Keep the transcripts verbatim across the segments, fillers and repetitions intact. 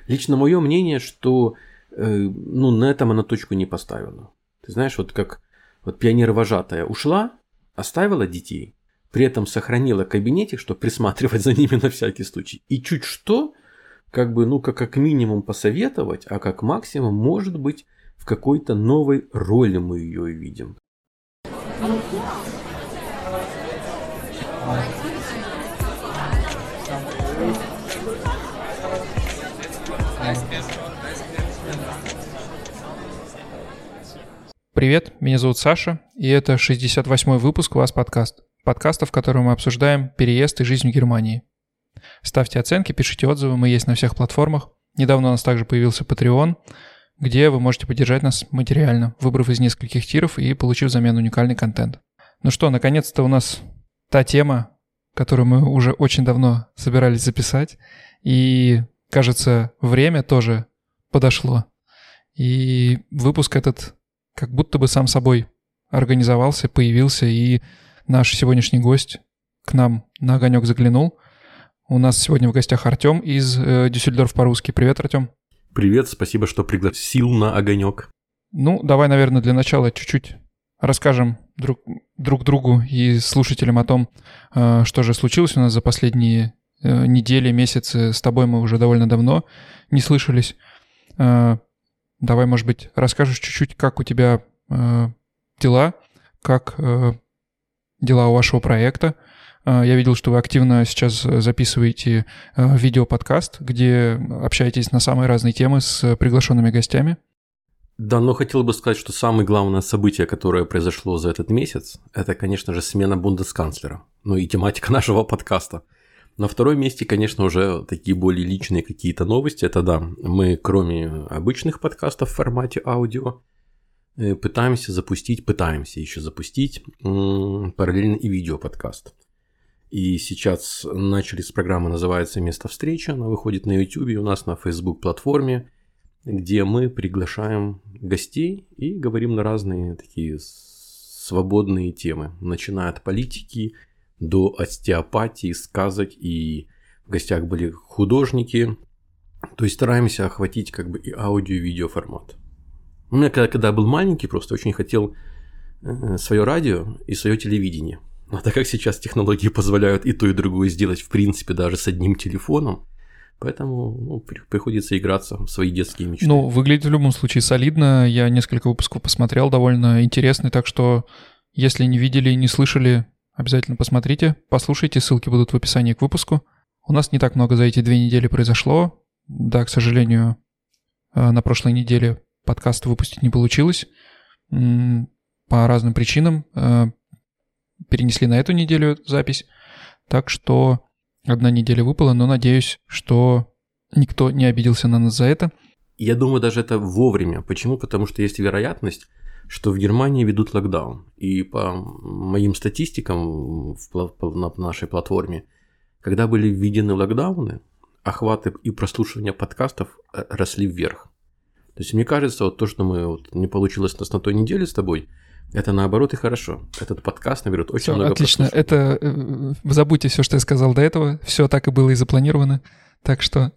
Лично мое мнение, что э, ну, на этом она точку не поставила. Ты знаешь, вот как вот пионер-вожатая ушла, оставила детей, при этом сохранила кабинетик, чтобы присматривать за ними на всякий случай. И чуть что, как бы, ну, как, как минимум посоветовать, а как максимум, может быть, в какой-то новой роли мы ее видим. Привет, меня зовут Саша, и это шестьдесят восьмой выпуск «Вас подкаст». Подкаста, в котором мы обсуждаем переезд и жизнь в Германии. Ставьте оценки, пишите отзывы, мы есть на всех платформах. Недавно у нас также появился Patreon, где вы можете поддержать нас материально, выбрав из нескольких тиров и получив взамен уникальный контент. Ну что, наконец-то у нас та тема, которую мы уже очень давно собирались записать, и, кажется, время тоже подошло. И выпуск этот как будто бы сам собой организовался, появился, и наш сегодняшний гость к нам на огонек заглянул. У нас сегодня в гостях Артем из э, Дюссельдорф по-русски. Привет, Артем. Привет, спасибо, что пригласил на огонек. Ну, давай, наверное, для начала чуть-чуть расскажем друг, друг другу и слушателям о том, э, что же случилось у нас за последние э, недели, месяцы. С тобой мы уже довольно давно не слышались. Э, Давай, может быть, расскажешь чуть-чуть, как у тебя э, дела, как э, дела у вашего проекта. Э, я видел, что вы активно сейчас записываете э, видеоподкаст, где общаетесь на самые разные темы с приглашенными гостями. Да, но хотел бы сказать, что самое главное событие, которое произошло за этот месяц, это, конечно же, смена бундесканцлера, ну и тематика нашего подкаста. На втором месте, конечно, уже такие более личные какие-то новости. Это да, мы кроме обычных подкастов в формате аудио пытаемся запустить, пытаемся еще запустить параллельно и видеоподкаст. И сейчас начали с программы, называется «Место встречи». Она выходит на YouTube, у нас на Facebook-платформе, где мы приглашаем гостей и говорим на разные такие свободные темы, начиная от политики до остеопатии, сказок, и в гостях были художники. То есть стараемся охватить как бы и аудио, и видео формат. У меня когда, когда был маленький, просто очень хотел свое радио и свое телевидение. Но так как сейчас технологии позволяют и то, и другое сделать, в принципе, даже с одним телефоном, поэтому ну, приходится играться в свои детские мечты. Ну, выглядит в любом случае солидно. Я несколько выпусков посмотрел, довольно интересный, так что если не видели, не слышали, обязательно посмотрите, послушайте, ссылки будут в описании к выпуску. У нас не так много за эти две недели произошло. Да, к сожалению, на прошлой неделе подкаст выпустить не получилось. По разным причинам перенесли на эту неделю запись. Так что одна неделя выпала, но надеюсь, что никто не обиделся на нас за это. Я думаю, даже это вовремя. Почему? Потому что есть вероятность, что в Германии ведут локдаун. И по моим статистикам в, на нашей платформе, когда были введены локдауны, охваты и прослушивания подкастов росли вверх. То есть мне кажется, вот то, что мы вот, не получилось у нас на той неделе с тобой, это наоборот и хорошо. Этот подкаст наберет очень всё, много отлично. Это э, забудьте все, что я сказал до этого. Все так и было и запланировано. Так что...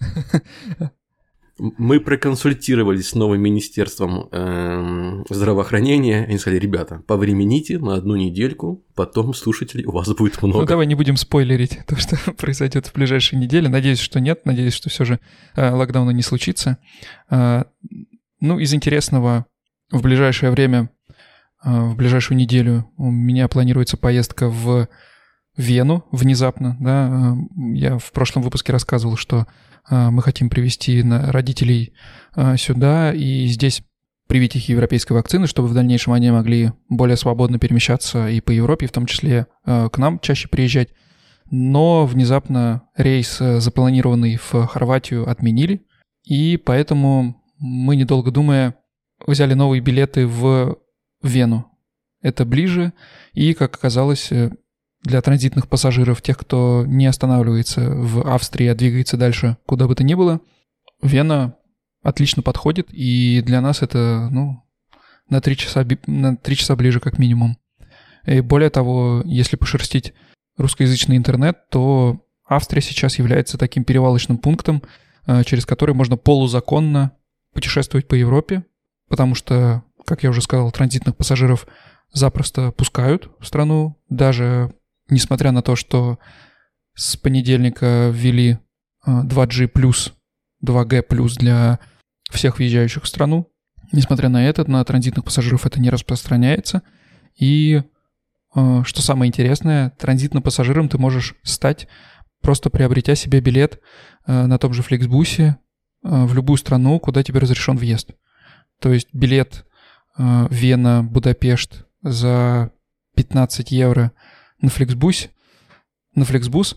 Мы проконсультировались с новым министерством э, здравоохранения. Они сказали: ребята, повремените на одну недельку, потом слушателей у вас будет много. Ну, давай не будем спойлерить то, что произойдет в ближайшие недели. Надеюсь, что нет. Надеюсь, что все же э, локдауна не случится. Э, ну, из интересного, в ближайшее время, э, в ближайшую неделю у меня планируется поездка в Вену внезапно. Да? Я в прошлом выпуске рассказывал, что мы хотим привезти родителей сюда и здесь привить их европейской вакцины, чтобы в дальнейшем они могли более свободно перемещаться и по Европе, в том числе к нам чаще приезжать. Но внезапно рейс, запланированный в Хорватию, отменили, и поэтому мы, недолго думая, взяли новые билеты в Вену. Это ближе, и, как оказалось, для транзитных пассажиров, тех, кто не останавливается в Австрии, а двигается дальше куда бы то ни было, Вена отлично подходит, и для нас это, ну, на три часа, на три часа ближе как минимум. И более того, если пошерстить русскоязычный интернет, то Австрия сейчас является таким перевалочным пунктом через который можно полузаконно путешествовать по Европе, потому что, как я уже сказал, транзитных пассажиров запросто пускают в страну, даже несмотря на то, что с понедельника ввели два джи плюс, два джи плюс для всех въезжающих в страну. Несмотря на это, на транзитных пассажиров это не распространяется. И, что самое интересное, транзитным пассажиром ты можешь стать, просто приобретя себе билет на том же Flixbus в любую страну, куда тебе разрешен въезд. То есть билет Вена, Будапешт за пятнадцать евро на Flixbus, на Flixbus,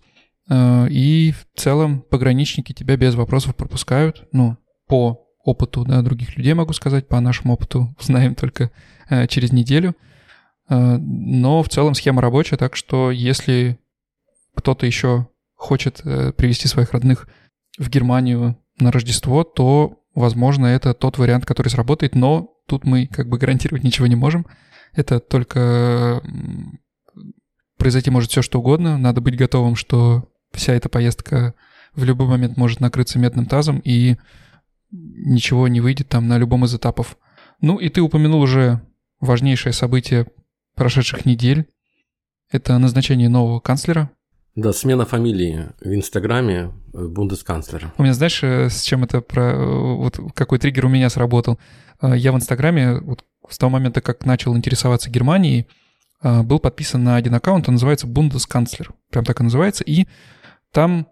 и в целом пограничники тебя без вопросов пропускают. Ну, по опыту, да, других людей могу сказать, по нашему опыту знаем только через неделю. Но в целом схема рабочая, так что если кто-то еще хочет привезти своих родных в Германию на Рождество, то, возможно, это тот вариант, который сработает, но тут мы как бы гарантировать ничего не можем. Это только произойти может все, что угодно. Надо быть готовым, что вся эта поездка в любой момент может накрыться медным тазом, и ничего не выйдет там на любом из этапов. Ну и ты упомянул уже важнейшее событие прошедших недель. Это назначение нового канцлера. Да, смена фамилии в Инстаграме бундесканцлера. У меня, знаешь, с чем это про... Вот какой триггер у меня сработал? Я в Инстаграме вот с того момента, как начал интересоваться Германией, был подписан на один аккаунт, он называется бундесканцлер. Прям так и называется. И там,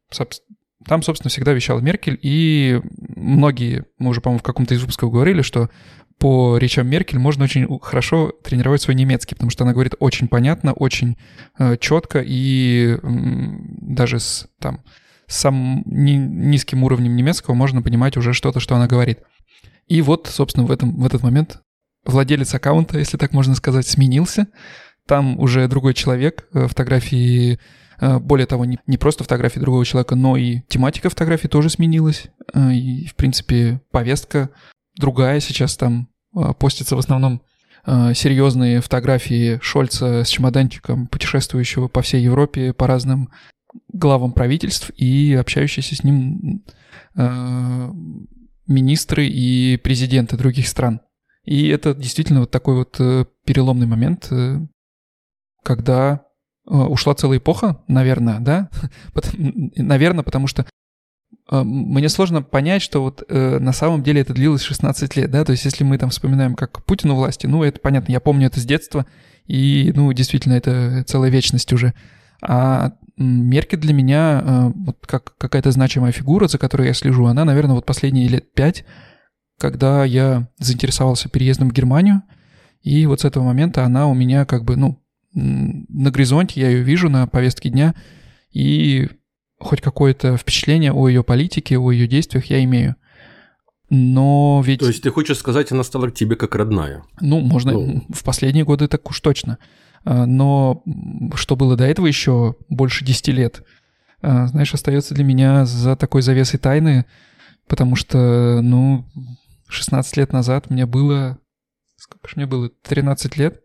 там, собственно, всегда вещала Меркель. И многие, мы уже, по-моему, в каком-то из выпусков говорили, что по речам Меркель можно очень хорошо тренировать свой немецкий, потому что она говорит очень понятно, очень э, четко, и э, даже с там, самым ни, низким уровнем немецкого можно понимать уже что-то, что она говорит. И вот, собственно, в, этом, в этот момент владелец аккаунта, если так можно сказать, сменился. Там уже другой человек, фотографии, э, более того, не, не просто фотографии другого человека, но и тематика фотографии тоже сменилась. Э, и, в принципе, повестка другая. Сейчас там э, постятся в основном э, серьезные фотографии Шольца с чемоданчиком, путешествующего по всей Европе, по разным главам правительств и общающиеся с ним э, министры и президенты других стран. И это действительно вот такой вот э, переломный момент, э, когда э, ушла целая эпоха, наверное, да? Наверное, потому что мне сложно понять, что вот э, на самом деле это длилось шестнадцать лет, да, то есть если мы там вспоминаем, как Путин у власти, ну, это понятно, я помню это с детства, и, ну, действительно, это целая вечность уже. А Меркель для меня, э, вот как какая-то значимая фигура, за которой я слежу, она, наверное, вот последние лет пять, когда я заинтересовался переездом в Германию, и вот с этого момента она у меня как бы, ну, на горизонте, я ее вижу на повестке дня, и хоть какое-то впечатление о ее политике, о ее действиях я имею. Но ведь... То есть ты хочешь сказать, она стала к тебе как родная? Ну, можно ну... в последние годы так уж точно. Но что было до этого еще больше десяти лет, знаешь, остается для меня за такой завесой тайны, потому что, ну, шестнадцать лет назад мне было... Сколько же мне было? тринадцать лет?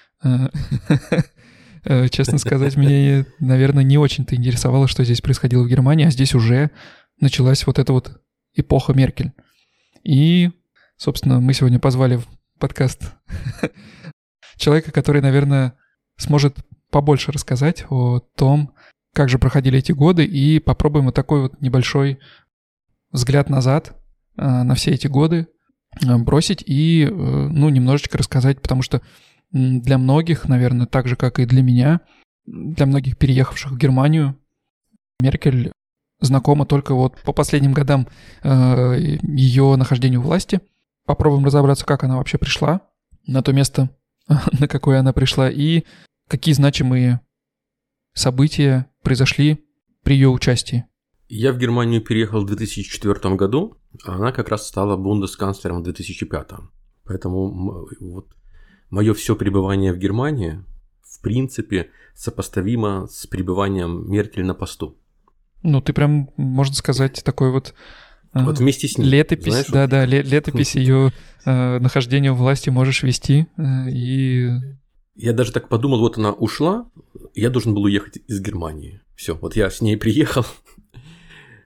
Честно сказать, мне, наверное, не очень-то интересовало, что здесь происходило в Германии, а здесь уже началась вот эта вот эпоха Меркель. И, собственно, мы сегодня позвали в подкаст человека, который, наверное, сможет побольше рассказать о том, как же проходили эти годы, и попробуем вот такой вот небольшой взгляд назад на все эти годы бросить и, ну, немножечко рассказать, потому что для многих, наверное, так же, как и для меня, для многих переехавших в Германию, Меркель знакома только вот по последним годам э, ее нахождения у власти. Попробуем разобраться, как она вообще пришла на то место, на какое она пришла, и какие значимые события произошли при ее участии. Я в Германию переехал в две тысячи четвёртом году, а она как раз стала бундесканцлером в две тысячи пятом. Поэтому вот мое все пребывание в Германии, в принципе, сопоставимо с пребыванием Меркель на посту. Ну, ты прям, можно сказать, такой вот... Вот вместе с ней. Летопись, знаешь, да-да, вот... летопись ее э, нахождения у власти можешь вести. Э, и... Я даже так подумал, вот она ушла, я должен был уехать из Германии. Все, вот я с ней приехал.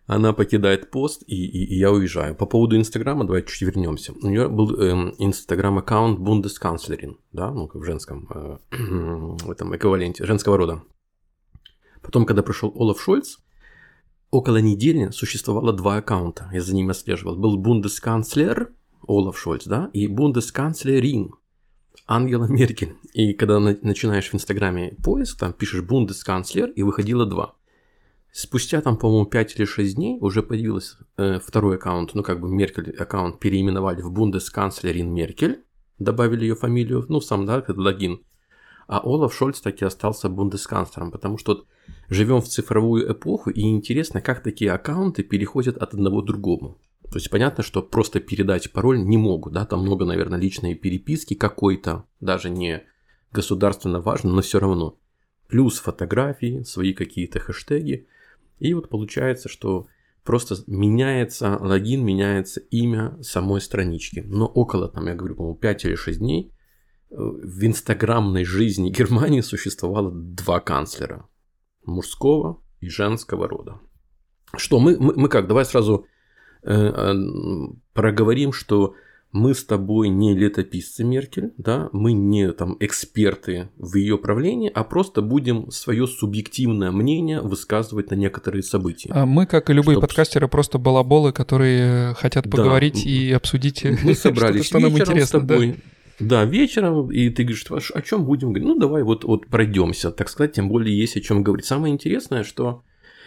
Она покидает пост, и, и, и я уезжаю. По поводу Инстаграма, давай чуть вернемся. У нее был Инстаграм-аккаунт Бундесканцлерин, да, ну, в женском, э, в этом эквиваленте, женского рода. Потом, когда пришел Олаф Шольц, около недели существовало два аккаунта, я за ними отслеживал. Был Бундесканцлер Олаф Шольц, да, и Бундесканцлерин Ангела Меркель. И когда начинаешь в Инстаграме поиск, там пишешь Бундесканцлер, и выходило два. Спустя там, по-моему, пять или шесть дней уже появился э, второй аккаунт, ну как бы Меркель аккаунт переименовали в Бундесканцлерин Меркель, добавили ее фамилию, ну сам, да, как логин. А Олаф Шольц таки остался бундесканцлером, потому что вот живем в цифровую эпоху, и интересно, как такие аккаунты переходят от одного к другому. То есть понятно, что просто передать пароль не могут, да, там много, наверное, личной переписки какой-то, даже не государственно важно, но все равно. Плюс фотографии, свои какие-то хэштеги. И вот получается, что просто меняется логин, меняется имя самой странички. Но около, там, я говорю, по-моему, пять или шесть дней в инстаграмной жизни Германии существовало два канцлера. Мужского и женского рода. Что, мы, мы, мы как, давай сразу э, э, проговорим, что мы с тобой не летописцы Меркель, да, мы не там эксперты в ее правлении, а просто будем свое субъективное мнение высказывать на некоторые события. А мы, как и любые Чтоб... подкастеры, просто балаболы, которые хотят поговорить да. и обсудить мы собрались что-то, что нам интересно. С тобой. Да? да, вечером, и ты говоришь, о чем будем говорить? Ну, давай вот, вот пройдемся, так сказать, тем более есть о чем говорить. Самое интересное, что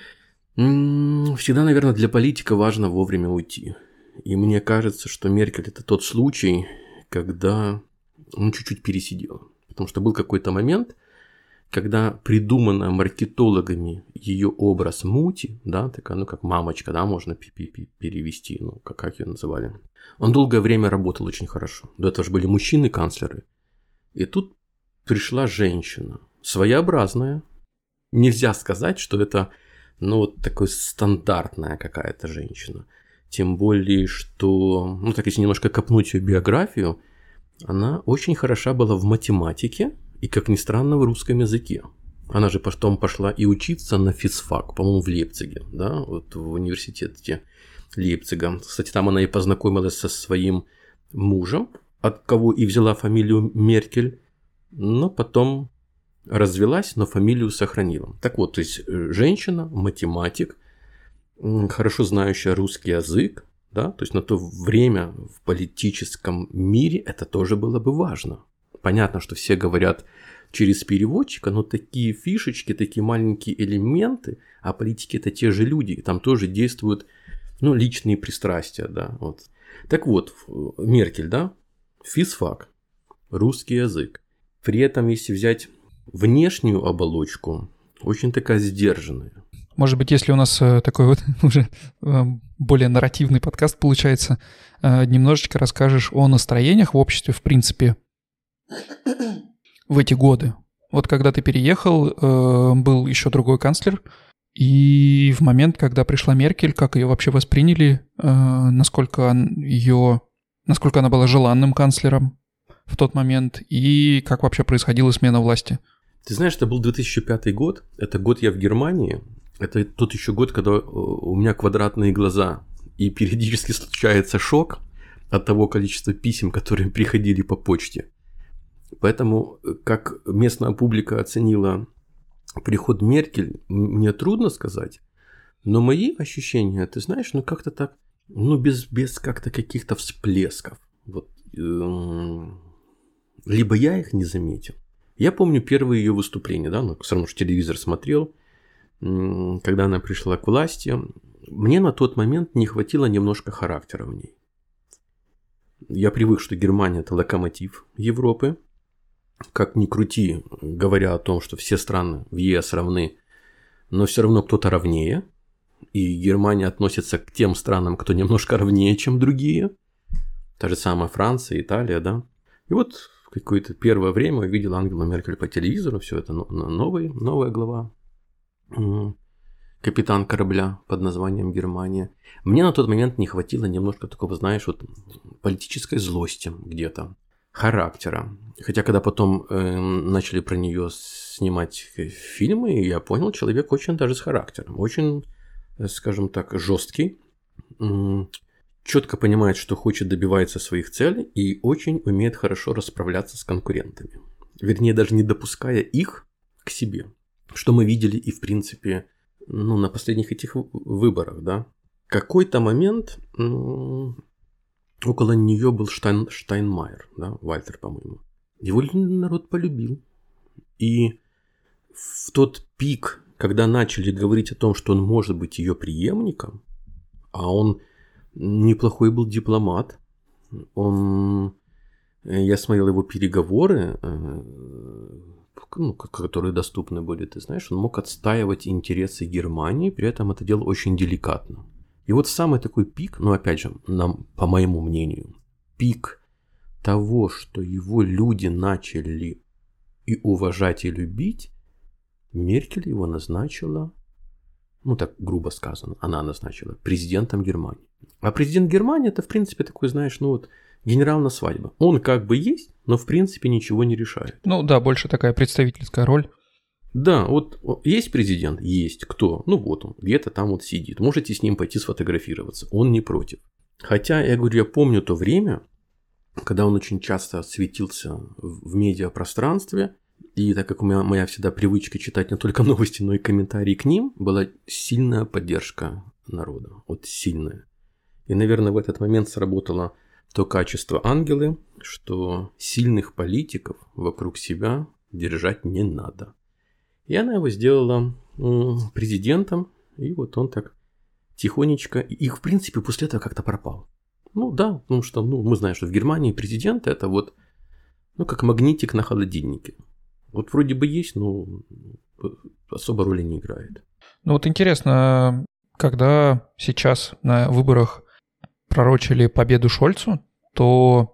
м-м, всегда, наверное, для политика важно вовремя уйти. И мне кажется, что Меркель – это тот случай, когда он чуть-чуть пересидел. Потому что был какой-то момент, когда придумано маркетологами ее образ мути, да, такая, ну, как мамочка, да, можно перевести, ну, как, как ее называли. Он долгое время работал очень хорошо. До этого же были мужчины-канцлеры. И тут пришла женщина, своеобразная. Нельзя сказать, что это, ну, вот такая стандартная какая-то женщина. Тем более, что, ну так если немножко копнуть ее биографию, она очень хороша была в математике и, как ни странно, в русском языке. Она же потом пошла и учиться на физфак, по-моему, в Лейпциге, да, вот в университете Лейпцига. Кстати, там она и познакомилась со своим мужем, от кого и взяла фамилию Меркель, но потом развелась, но фамилию сохранила. Так вот, то есть женщина, математик, хорошо знающая русский язык, да, то есть на то время в политическом мире это тоже было бы важно. Понятно, что все говорят через переводчика, но такие фишечки, такие маленькие элементы, а политики это те же люди, и там тоже действуют, ну, личные пристрастия, да, вот. Так вот, Меркель, да, физфак, русский язык. При этом, если взять внешнюю оболочку, очень такая сдержанная. Может быть, если у нас такой вот уже более нарративный подкаст получается, немножечко расскажешь о настроениях в обществе, в принципе, в эти годы. Вот когда ты переехал, был еще другой канцлер, и в момент, когда пришла Меркель, как ее вообще восприняли, насколько ее, насколько она была желанным канцлером в тот момент, и как вообще происходила смена власти? Ты знаешь, это был две тысячи пятый год, это год я в Германии. Это тот еще год, когда у меня квадратные глаза, и периодически случается шок от того количества писем, которые приходили по почте. Поэтому, как местная публика оценила приход Меркель, мне трудно сказать, но мои ощущения, ты знаешь, ну как-то так, ну без, без как-то каких-то всплесков. Вот, э, либо я их не заметил. Я помню первые ее выступления, да, ну все равно же телевизор смотрел, когда она пришла к власти, мне на тот момент не хватило немножко характера в ней. Я привык, что Германия – это локомотив Европы. Как ни крути, говоря о том, что все страны в ЕС равны, но все равно кто-то равнее. И Германия относится к тем странам, кто немножко равнее, чем другие. Та же самая Франция, Италия, да. И вот в какое-то первое время увидел Ангелу Меркель по телевизору, все это новый, новая глава. Капитан корабля под названием Германия. Мне на тот момент не хватило немножко такого, знаешь, вот политической злости где-то, характера. Хотя, когда потом э, начали про нее снимать фильмы, я понял, человек очень даже с характером, очень скажем так, жесткий, четко понимает, что хочет, добивается своих целей и очень умеет хорошо расправляться с конкурентами. Вернее, даже не допуская их к себе. Что мы видели и, в принципе, ну, на последних этих выборах, да. В какой-то момент м- около нее был Штайн, Штайнмайер, да, Вальтер, по-моему. Его народ полюбил. И в тот пик, когда начали говорить о том, что он может быть ее преемником, а он неплохой был дипломат, он, я смотрел его переговоры, ну, которые доступны были, ты знаешь, он мог отстаивать интересы Германии, при этом это делал очень деликатно. И вот самый такой пик, ну опять же, нам, по моему мнению, пик того, что его люди начали и уважать, и любить, Меркель его назначила, ну так грубо сказано, она назначила президентом Германии. А президент Германии это в принципе такой, знаешь, ну вот генерал на свадьбе. Он как бы есть, но в принципе ничего не решает. Ну да, больше такая представительская роль. Да, вот есть президент? Есть. Кто? Ну вот он, где-то там вот сидит. Можете с ним пойти сфотографироваться. Он не против. Хотя, я говорю, я помню то время, когда он очень часто светился в медиапространстве. И так как у меня моя всегда привычка читать не только новости, но и комментарии к ним, была сильная поддержка народа. Вот сильная. И, наверное, в этот момент сработало то качество Ангелы, что сильных политиков вокруг себя держать не надо. И она его сделала президентом, и вот он так тихонечко, и в принципе после этого как-то пропал. Ну да, потому что ну, мы знаем, что в Германии президент это вот, ну как магнитик на холодильнике. Вот вроде бы есть, но особо роли не играет. Ну вот интересно, когда сейчас на выборах пророчили победу Шольцу, то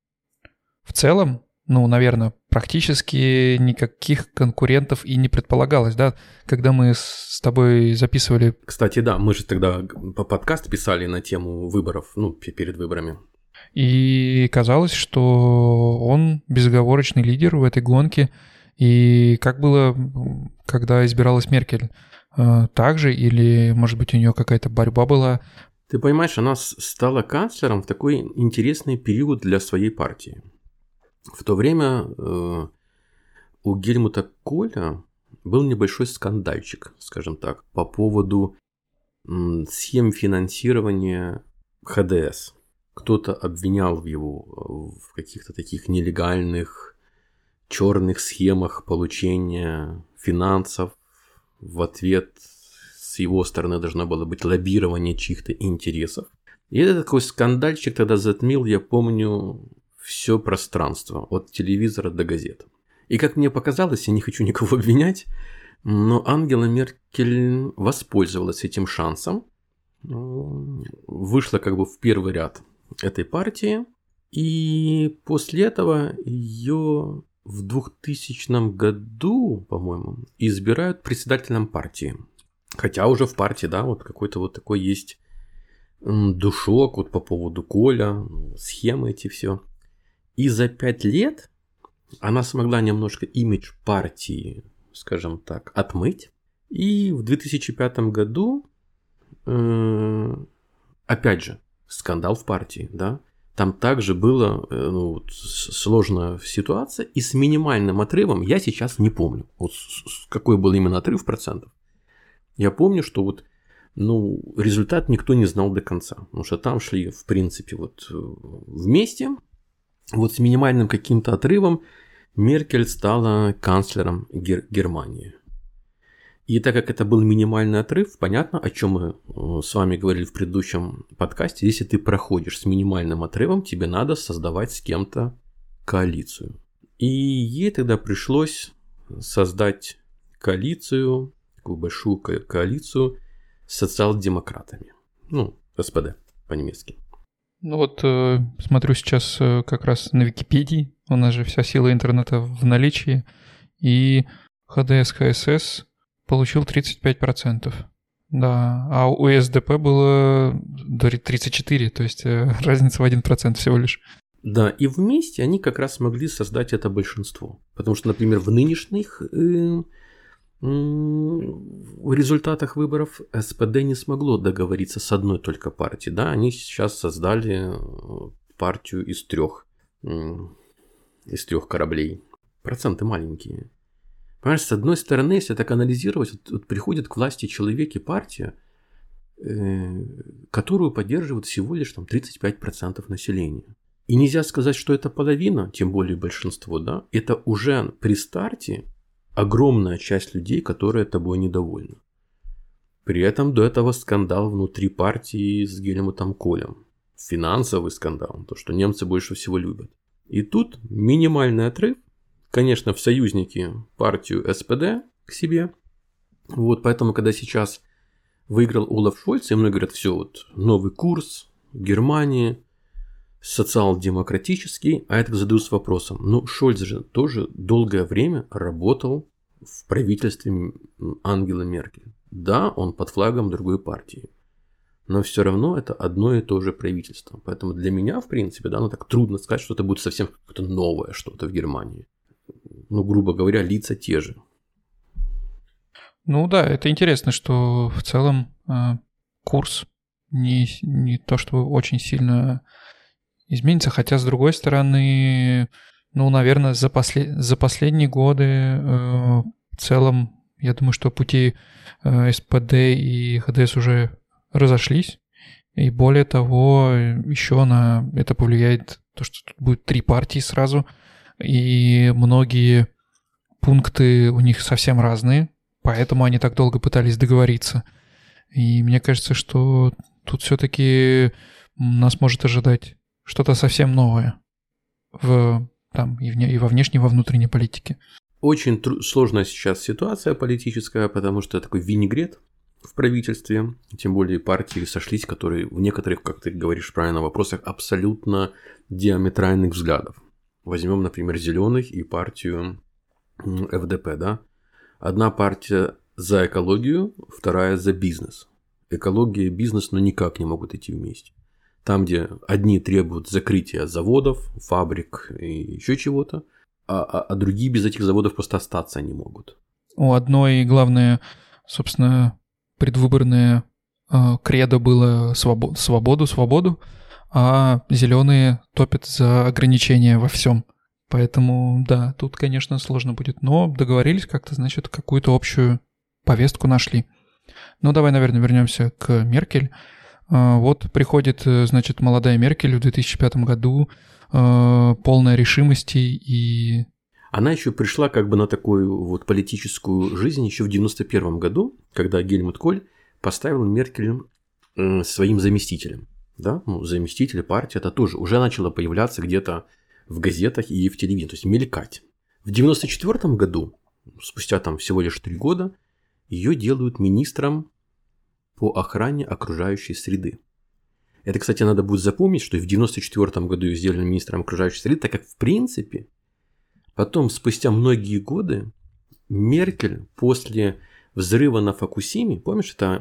в целом, ну, наверное, практически никаких конкурентов и не предполагалось, да? Когда мы с тобой записывали... Кстати, да, мы же тогда по подкаст писали на тему выборов, ну, перед выборами. И казалось, что он безоговорочный лидер в этой гонке. И как было, когда избиралась Меркель? Так же или, может быть, у нее какая-то борьба была? Ты понимаешь, она стала канцлером в такой интересный период для своей партии. В то время э, у Гельмута Коля был небольшой скандальчик, скажем так, по поводу м, схем финансирования ха дэ эс. Кто-то обвинял его в каких-то таких нелегальных черных схемах получения финансов. В ответ с его стороны должно было быть лоббирование чьих-то интересов. И этот такой скандальчик тогда затмил, я помню, все пространство, от телевизора до газет. И как мне показалось, я не хочу никого обвинять, но Ангела Меркель воспользовалась этим шансом, вышла как бы в первый ряд этой партии, и после этого ее в двухтысячном году, по-моему, избирают председателем партии. Хотя уже в партии, да, вот какой-то вот такой есть душок вот по поводу Коля, схемы эти все. И за пять лет она смогла немножко имидж партии, скажем так, отмыть. И в две тысячи пятом году, э, опять же, скандал в партии, да. Там также была э, ну, сложная ситуация, и с минимальным отрывом, я сейчас не помню, вот какой был именно отрыв процентов. Я помню, что вот, ну, результат никто не знал до конца, потому что там шли, в принципе, вот вместе, вот с минимальным каким-то отрывом Меркель стала канцлером Гер- Германии. И так как это был минимальный отрыв, понятно, о чем мы с вами говорили в предыдущем подкасте, если ты проходишь с минимальным отрывом, тебе надо создавать с кем-то коалицию. И ей тогда пришлось создать коалицию, такую большую ко- коалицию с социал-демократами. Ну, эс пэ дэ по-немецки. Ну вот э, смотрю сейчас э, как раз на Википедии, у нас же вся сила интернета в наличии, и ха дэ эс ха эс эс получил тридцать пять процентов. Да, а у эс дэ пэ было тридцать четыре процента, то есть э, разница в один процент всего лишь. Да, и вместе они как раз смогли создать это большинство. Потому что, например, в нынешних э, В результатах выборов СПД не смогло договориться с одной только партией. Да, они сейчас создали партию из трех, из трех кораблей. Проценты маленькие. Понимаешь, с одной стороны, если так анализировать, вот, вот приходит к власти человек и партия, э, которую поддерживает всего лишь там, тридцать пять процентов населения. И нельзя сказать, что это половина, тем более большинство, да, это уже при старте огромная часть людей, которые тобой недовольны. При этом до этого скандал внутри партии с Гельмутом Колем. Финансовый скандал, то, что немцы больше всего любят. И тут минимальный отрыв, конечно, в союзники партию СПД к себе. Вот, поэтому, когда сейчас выиграл Олаф Шольц, и многие говорят, все, вот, новый курс в Германии, социал-демократический, а я так задаюсь вопросом, ну, Шольц же тоже долгое время работал в правительстве Ангелы Меркель. Да, он под флагом другой партии, но все равно это одно и то же правительство. Поэтому для меня, в принципе, да, ну так трудно сказать, что это будет совсем какое-то новое что-то в Германии. Ну, грубо говоря, лица те же. Ну да, это интересно, что в целом э, курс не, не то, что очень сильно изменится, хотя, с другой стороны, ну, наверное, за, после, за последние годы э, в целом, я думаю, что пути э, СПД и ХДС уже разошлись, и более того, еще на это повлияет то, что тут будет три партии сразу, и многие пункты у них совсем разные, поэтому они так долго пытались договориться. И мне кажется, что тут все-таки нас может ожидать что-то совсем новое в, там, и, вне, и во внешней, и во внутренней политике. Очень тру- сложная сейчас ситуация политическая, потому что такой винегрет в правительстве, тем более партии сошлись, которые в некоторых, как ты говоришь правильно, вопросах абсолютно диаметральных взглядов. Возьмем, например, зеленых и партию эф дэ пэ, да? Одна партия за экологию, вторая за бизнес. Экология и бизнес, ну, никак не могут идти вместе. Там, где одни требуют закрытия заводов, фабрик и еще чего-то, а, а, а другие без этих заводов просто остаться не могут. У одной, главное, собственно, предвыборное э, кредо было свободу, свободу, свободу, а зеленые топят за ограничения во всем. Поэтому, да, тут, конечно, сложно будет. Но договорились как-то, значит, какую-то общую повестку нашли. Ну, давай, наверное, вернемся к Меркель. Вот приходит, значит, молодая Меркель в две тысячи пятом году, полная решимости и... Она еще пришла как бы на такую вот политическую жизнь еще в девяносто первом году, когда Гельмут Коль поставил Меркель своим заместителем. Да? Ну, заместитель партии, это тоже уже начало появляться где-то в газетах и в телевидении, то есть мелькать. В девяносто четвёртом году, спустя там всего лишь три года, ее делают министром по охране окружающей среды. Это, кстати, надо будет запомнить, что и в девяносто четвёртом году ее сделали министром окружающей среды, так как, в принципе, потом, спустя многие годы, Меркель после взрыва на Фукусиме, помнишь, это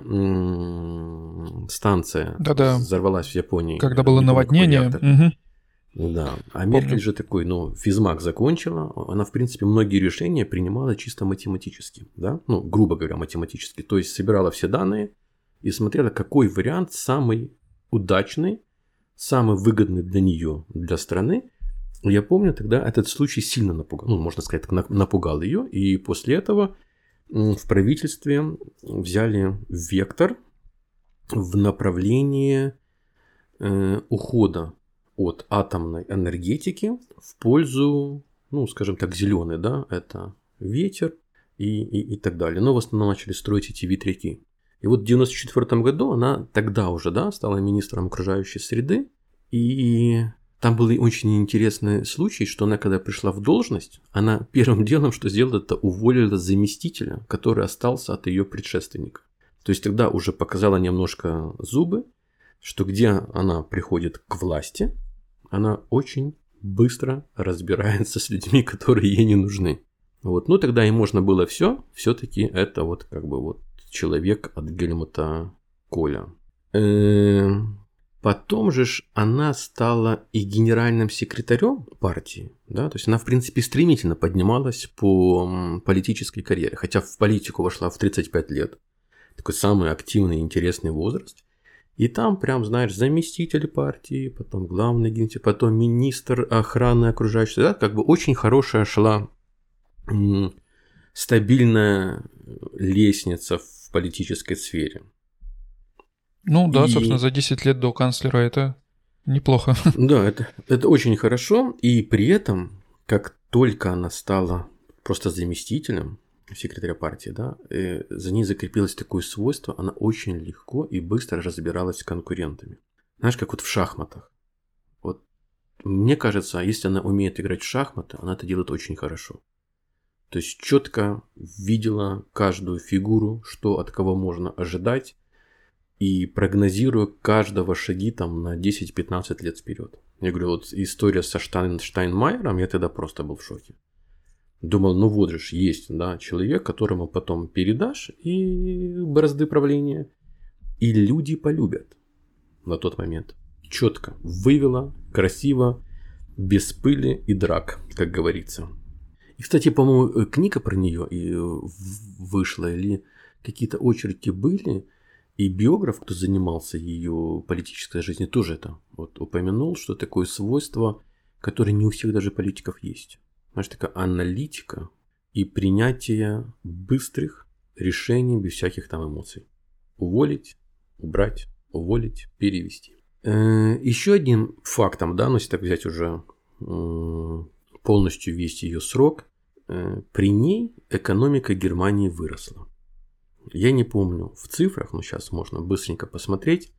м- станция Да-да. взорвалась в Японии? Когда было наводнение. Угу. Да, а Меркель Помню. же такой, ну, физмат закончила, она, в принципе, многие решения принимала чисто математически, да, ну, грубо говоря, математически, то есть собирала все данные и смотрела, какой вариант самый удачный, самый выгодный для нее, для страны. Я помню, тогда этот случай сильно напугал, ну, можно сказать, напугал ее, и после этого в правительстве взяли вектор в направлении э, ухода от атомной энергетики в пользу, ну, скажем так, зеленой, да, это ветер и, и, и так далее. Но в основном начали строить эти ветряки. И вот в девяносто четвёртом году она тогда уже, да, стала министром окружающей среды. И там был очень интересный случай, что она, когда пришла в должность, она первым делом, что сделала, это уволила заместителя, который остался от ее предшественника. То есть тогда уже показала немножко зубы, что где она приходит к власти, она очень быстро разбирается с людьми, которые ей не нужны. Вот. Ну, тогда ей можно было все. Все-таки это вот как бы вот человек от Гельмута Коля. Потом же ж она стала и генеральным секретарем партии, да, то есть она, в принципе, стремительно поднималась по политической карьере, хотя в политику вошла в тридцать пять лет, такой самый активный и интересный возраст, и там прям, знаешь, заместитель партии, потом главный генсек, потом министр охраны окружающей, да, как бы очень хорошая шла м, стабильная лестница в политической сфере. Ну да, И... собственно, за десять лет до канцлера это неплохо. Да, это, это очень хорошо. И при этом, как только она стала просто заместителем секретаря партии, да, за ней закрепилось такое свойство, она очень легко и быстро разбиралась с конкурентами. Знаешь, как вот в шахматах. Вот мне кажется, если она умеет играть в шахматы, она это делает очень хорошо. То есть четко видела каждую фигуру, что от кого можно ожидать, и прогнозируя каждого шаги там на десять-пятнадцать лет вперед. Я говорю, вот история со Штайн, Штайнмайером, я тогда просто был в шоке. Думал, ну вот же есть, да, человек, которому потом передашь и бразды правления, и люди полюбят на тот момент. Четко вывела, красиво, без пыли и драк, как говорится. И, кстати, по-моему, книга про нее вышла, или какие-то очерки были. И биограф, кто занимался ее политической жизнью, тоже это вот упомянул, что такое свойство, которое не у всех даже политиков есть. Знаешь, такая аналитика и принятие быстрых решений без всяких там эмоций. Уволить, убрать, уволить, перевести. Еще одним фактом, да, ну если так взять уже полностью весь ее срок, при ней экономика Германии выросла. Я не помню в цифрах, но сейчас можно быстренько посмотреть.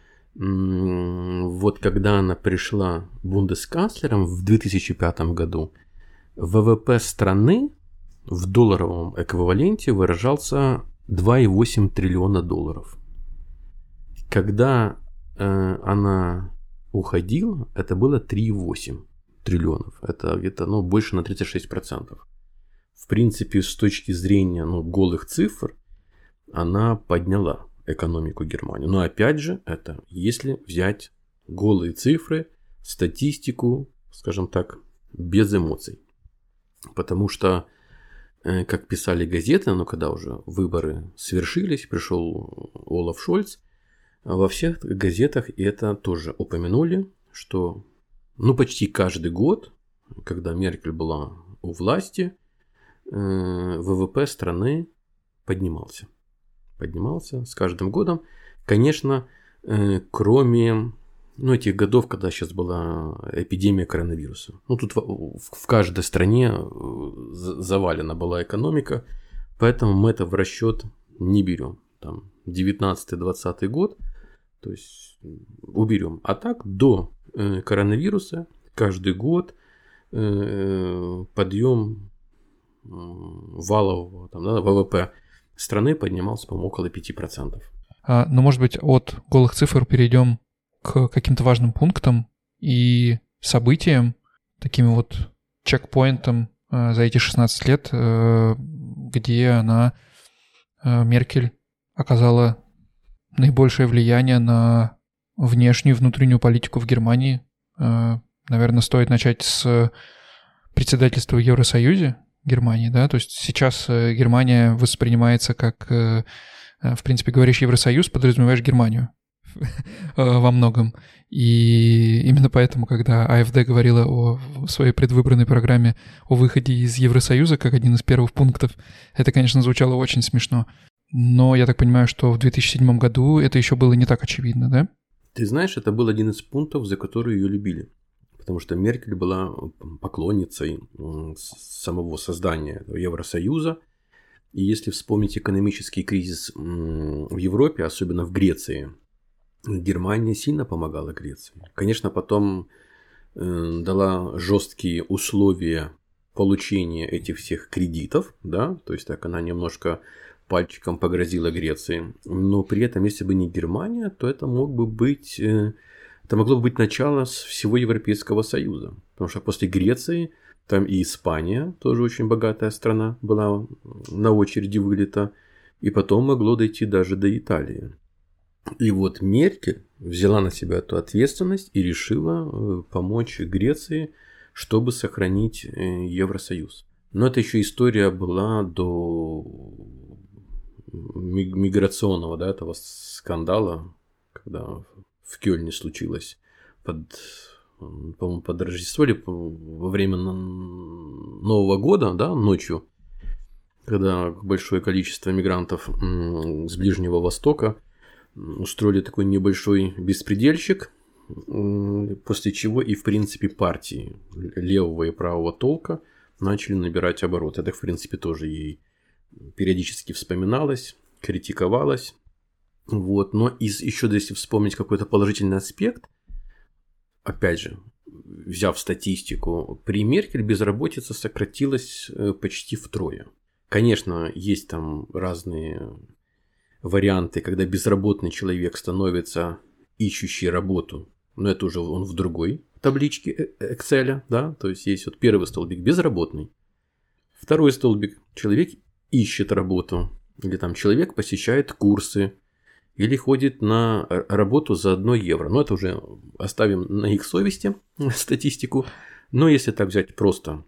Вот когда она пришла бундесканцлером в две тысячи пятом году, ВВП страны в долларовом эквиваленте выражался два и восемь триллиона долларов. Когда э, она уходила, это было три и восемь триллионов. Это где-то ну, больше на тридцать шесть процентов. В принципе, с точки зрения ну, голых цифр, она подняла экономику Германии. Но опять же, это если взять голые цифры, статистику, скажем так, без эмоций. Потому что, как писали газеты, но когда уже выборы свершились, пришел Олаф Шольц, во всех газетах это тоже упомянули, что ну, почти каждый год, когда Меркель была у власти, ВВП страны поднимался. Поднимался с каждым годом. Конечно, кроме ну, этих годов, когда сейчас была эпидемия коронавируса. Ну, тут в, в каждой стране завалена была экономика, поэтому мы это в расчет не берем. Там девятнадцатый-двадцатый год, то есть уберем. А так до коронавируса каждый год подъем валового там, да, ВВП страны поднимался, по-моему, около пяти процентов. А, ну, может быть, от голых цифр перейдем к каким-то важным пунктам и событиям, таким вот чекпоинтам э, за эти шестнадцать лет, э, где она, э, Меркель, оказала наибольшее влияние на внешнюю и внутреннюю политику в Германии. Э, наверное, стоит начать с председательства в Евросоюзе Германии, да, то есть сейчас Германия воспринимается как, в принципе, говоришь Евросоюз, подразумеваешь Германию во многом. И именно поэтому, когда АфД говорила о своей предвыборной программе о выходе из Евросоюза как один из первых пунктов, это, конечно, звучало очень смешно. Но я так понимаю, что в две тысячи седьмом году это еще было не так очевидно, да? Ты знаешь, это был один из пунктов, за который ее любили. Потому что Меркель была поклонницей самого создания Евросоюза. И если вспомнить экономический кризис в Европе, особенно в Греции, Германия сильно помогала Греции. Конечно, потом дала жесткие условия получения этих всех кредитов, да, то есть так она немножко пальчиком погрозила Греции. Но при этом, если бы не Германия, то это мог бы быть... Это могло бы быть начало всего Европейского Союза. Потому что после Греции там и Испания, тоже очень богатая страна, была на очереди вылета. И потом могло дойти даже до Италии. И вот Меркель взяла на себя эту ответственность и решила помочь Греции, чтобы сохранить Евросоюз. Но это еще история была до миграционного, да, этого скандала, когда в Кёльне случилось под, по-моему, под Рождество или во время Нового года, да, ночью, когда большое количество мигрантов с Ближнего Востока устроили такой небольшой беспредельщик, после чего и, в принципе, партии левого и правого толка начали набирать оборот. Это, в принципе, тоже ей периодически вспоминалось, критиковалось. Вот. Но из, еще если вспомнить какой-то положительный аспект, опять же, взяв статистику, при Меркель безработица сократилась почти втрое. Конечно, есть там разные варианты, когда безработный человек становится ищущий работу, но это уже он в другой табличке Excel, да, то есть есть вот первый столбик безработный, второй столбик человек ищет работу, или там человек посещает курсы, или ходит на работу за одно евро, но это уже оставим на их совести статистику, но если так взять просто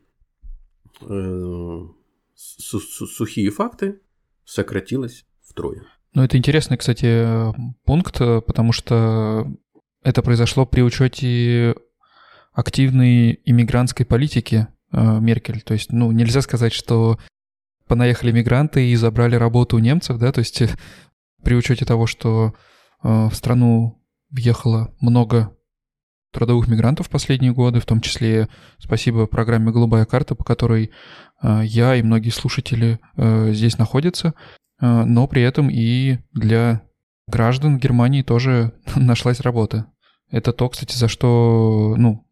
э, сухие факты, сократилось втрое. Ну, это интересный, кстати, пункт, потому что это произошло при учете активной иммигрантской политики э, Меркель. То есть, ну, нельзя сказать, что понаехали мигранты и забрали работу у немцев, да, то есть при учете того, что э, в страну въехало много трудовых мигрантов в последние годы, в том числе спасибо программе «Голубая карта», по которой э, я и многие слушатели э, здесь находятся, э, но при этом и для граждан Германии тоже нашлась работа. Это то, кстати, за что, ну,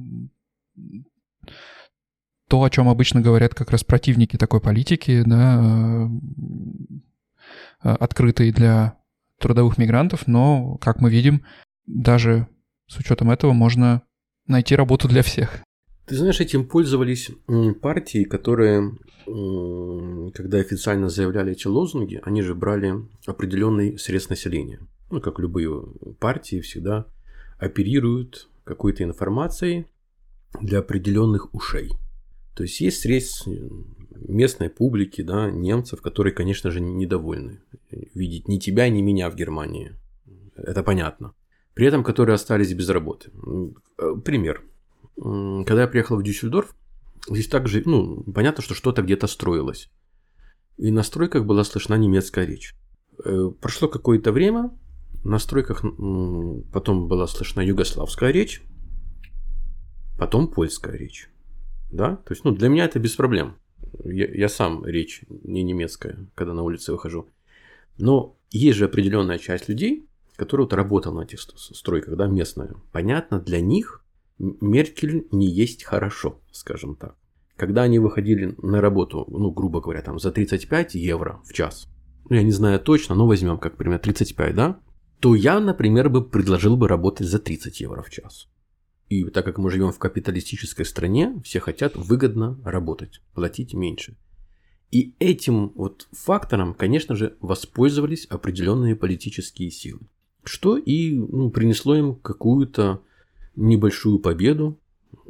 то, о чем обычно говорят как раз противники такой политики, да, открытые для трудовых мигрантов, но, как мы видим, даже с учетом этого можно найти работу для всех. Ты знаешь, этим пользовались партии, которые, когда официально заявляли эти лозунги, они же брали определенный срез населения. Ну, как любые партии всегда оперируют какой-то информацией для определенных ушей. То есть есть срез местной публики, да, немцев, которые, конечно же, недовольны видеть ни тебя, ни меня в Германии. Это понятно. При этом, которые остались без работы. Пример. Когда я приехал в Дюссельдорф, здесь также, ну, понятно, что что-то где-то строилось. И на стройках была слышна немецкая речь. Прошло какое-то время, на стройках потом была слышна югославская речь, потом польская речь. Да? То есть, ну, для меня это без проблем. Я, я сам речь не немецкая, когда на улице выхожу. Но есть же определенная часть людей, которые вот работала на этих стройках, да, местная. Понятно, для них Меркель не есть хорошо, скажем так. Когда они выходили на работу, ну, грубо говоря, там за тридцать пять евро в час, ну, я не знаю точно, но возьмем как пример тридцать пять, да, то я, например, бы предложил бы работать за тридцать евро в час. И так как мы живем в капиталистической стране, все хотят выгодно работать, платить меньше. И этим вот фактором, конечно же, воспользовались определенные политические силы, что и, ну, принесло им какую-то небольшую победу.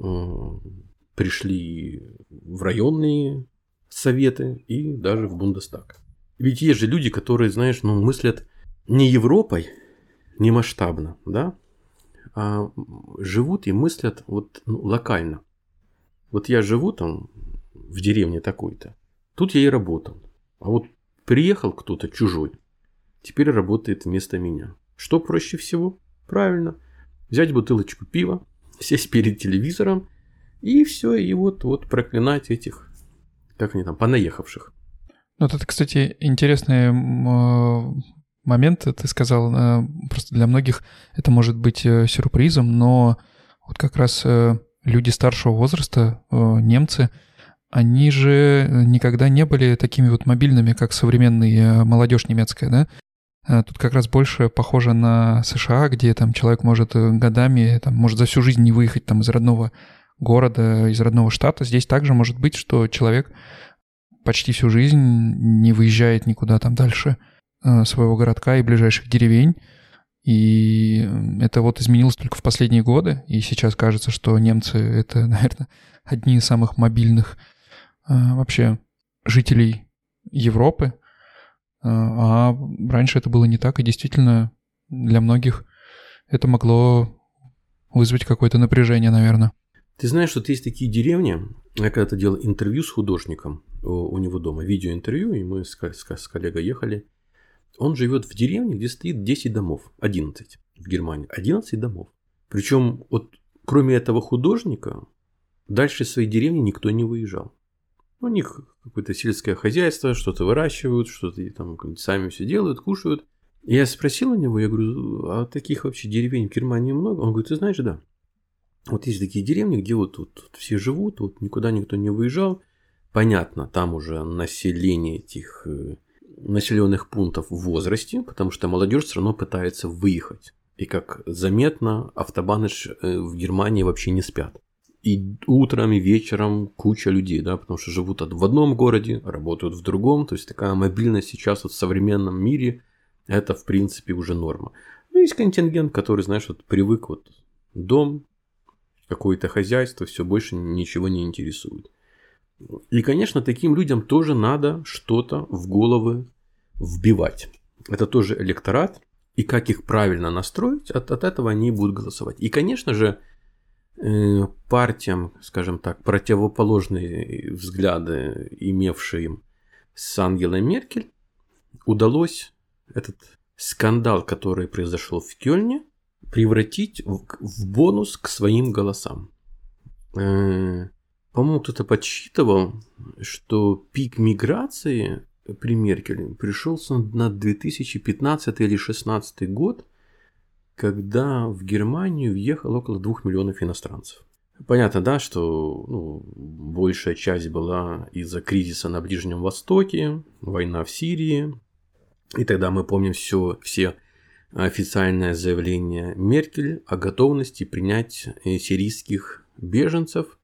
Пришли в районные советы и даже в Бундестаг. Ведь есть же люди, которые, знаешь, ну, мыслят не Европой, не масштабно, да, а живут и мыслят вот, ну, локально. Вот я живу там в деревне такой-то, тут я и работал. А вот приехал кто-то чужой, теперь работает вместо меня. Что проще всего? Правильно, взять бутылочку пива, сесть перед телевизором и все, и вот, вот проклинать этих, как они там, понаехавших. Вот это, кстати, интересный момент, ты сказал, просто для многих это может быть сюрпризом, но вот как раз люди старшего возраста, немцы, они же никогда не были такими вот мобильными, как современная молодежь немецкая, да? Тут как раз больше похоже на США, где там человек может годами, там, может за всю жизнь не выехать там из родного города, из родного штата. Здесь также может быть, что человек почти всю жизнь не выезжает никуда там дальше своего городка и ближайших деревень, И это вот изменилось только в последние годы, и сейчас кажется, что немцы — это, наверное, одни из самых мобильных вообще жителей Европы, а раньше это было не так, и действительно для многих это могло вызвать какое-то напряжение, наверное. Ты знаешь, что есть такие деревни, я когда-то делал интервью с художником у него дома, видеоинтервью, и мы с коллегой ехали. Он живет в деревне, где стоит десять домов, одиннадцать в Германии, одиннадцать домов. Причем вот кроме этого художника дальше своей деревни никто не выезжал. У них какое-то сельское хозяйство, что-то выращивают, что-то там сами все делают, кушают. Я спросил у него, я говорю, а таких вообще деревень в Германии много? Он говорит, ты знаешь, да. Вот есть такие деревни, где вот тут все живут, вот никуда никто не выезжал. Понятно, там уже население этих населенных пунктов в возрасте, потому что молодежь все равно пытается выехать. И как заметно, автобаны в Германии вообще не спят. И утром, и вечером куча людей, да, потому что живут в одном городе, работают в другом. То есть такая мобильность сейчас вот в современном мире, это в принципе уже норма. Но есть контингент, который, знаешь, вот привык вот дом, какое-то хозяйство, все больше ничего не интересует. И, конечно, таким людям тоже надо что-то в головы вбивать. Это тоже электорат. И как их правильно настроить, от, от этого они будут голосовать. И, конечно же, э, партиям, скажем так, противоположные взгляды, имевшим с Ангелой Меркель, удалось этот скандал, который произошел в Кёльне, превратить в, в бонус к своим голосам. Э, По-моему, кто-то подсчитывал, что пик миграции при Меркель пришелся на две тысячи пятнадцатый или две тысячи шестнадцатый год, когда в Германию въехало около двух миллионов иностранцев. Понятно, да, что ну, большая часть была из-за кризиса на Ближнем Востоке, война в Сирии. И тогда мы помним все, все официальное заявление Меркель о готовности принять сирийских беженцев.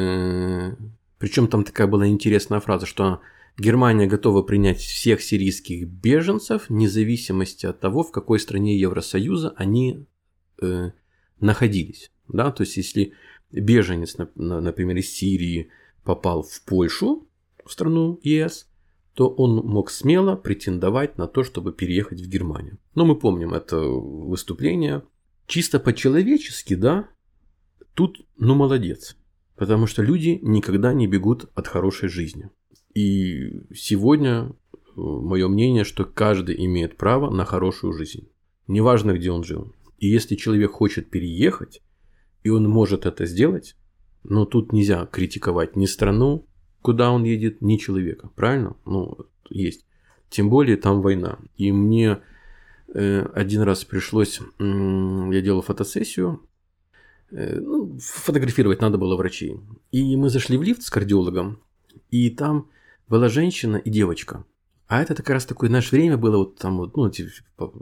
Причем там такая была интересная фраза, что Германия готова принять всех сирийских беженцев, вне зависимости от того, в какой стране Евросоюза они э, находились. Да? То есть, если беженец, например, из Сирии попал в Польшу, в страну ЕС, то он мог смело претендовать на то, чтобы переехать в Германию. Но мы помним это выступление. Чисто по-человечески, да, тут, ну, молодец. Потому что люди никогда не бегут от хорошей жизни. И сегодня мое мнение, что каждый имеет право на хорошую жизнь. Неважно, где он жил. И если человек хочет переехать, и он может это сделать, но тут нельзя критиковать ни страну, куда он едет, ни человека. Правильно? Ну, есть. Тем более там война. И мне э, один раз пришлось, э, я делал фотосессию, э, ну, фотографировать надо было врачей. И мы зашли в лифт с кардиологом, и там была женщина и девочка. А это как раз такое наше время было, вот там вот, ну, типа,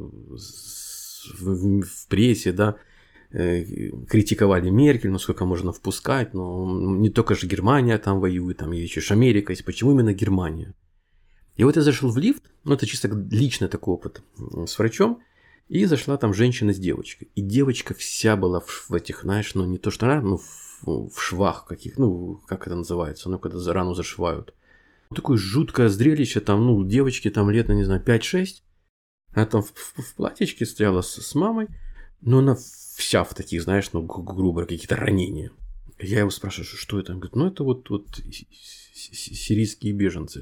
в, в прессе, да, э, критиковали Меркель, ну сколько можно впускать, но не только же Германия там воюет, там еще ж Америка есть, почему именно Германия? И вот я зашел в лифт, ну это чисто личный такой опыт с врачом, и зашла там женщина с девочкой. И девочка вся была в, в этих, знаешь, ну не то что рана, ну в, в швах каких, ну как это называется, ну когда рану зашивают. Такое жуткое зрелище, там, ну, девочки там лет, не знаю, пять-шесть. Она там в, в, в платьечке стояла с, с мамой, но она вся в таких, знаешь, ну, грубо, какие-то ранения. Я его спрашиваю, что это? Он говорит, ну, это вот, вот сирийские беженцы.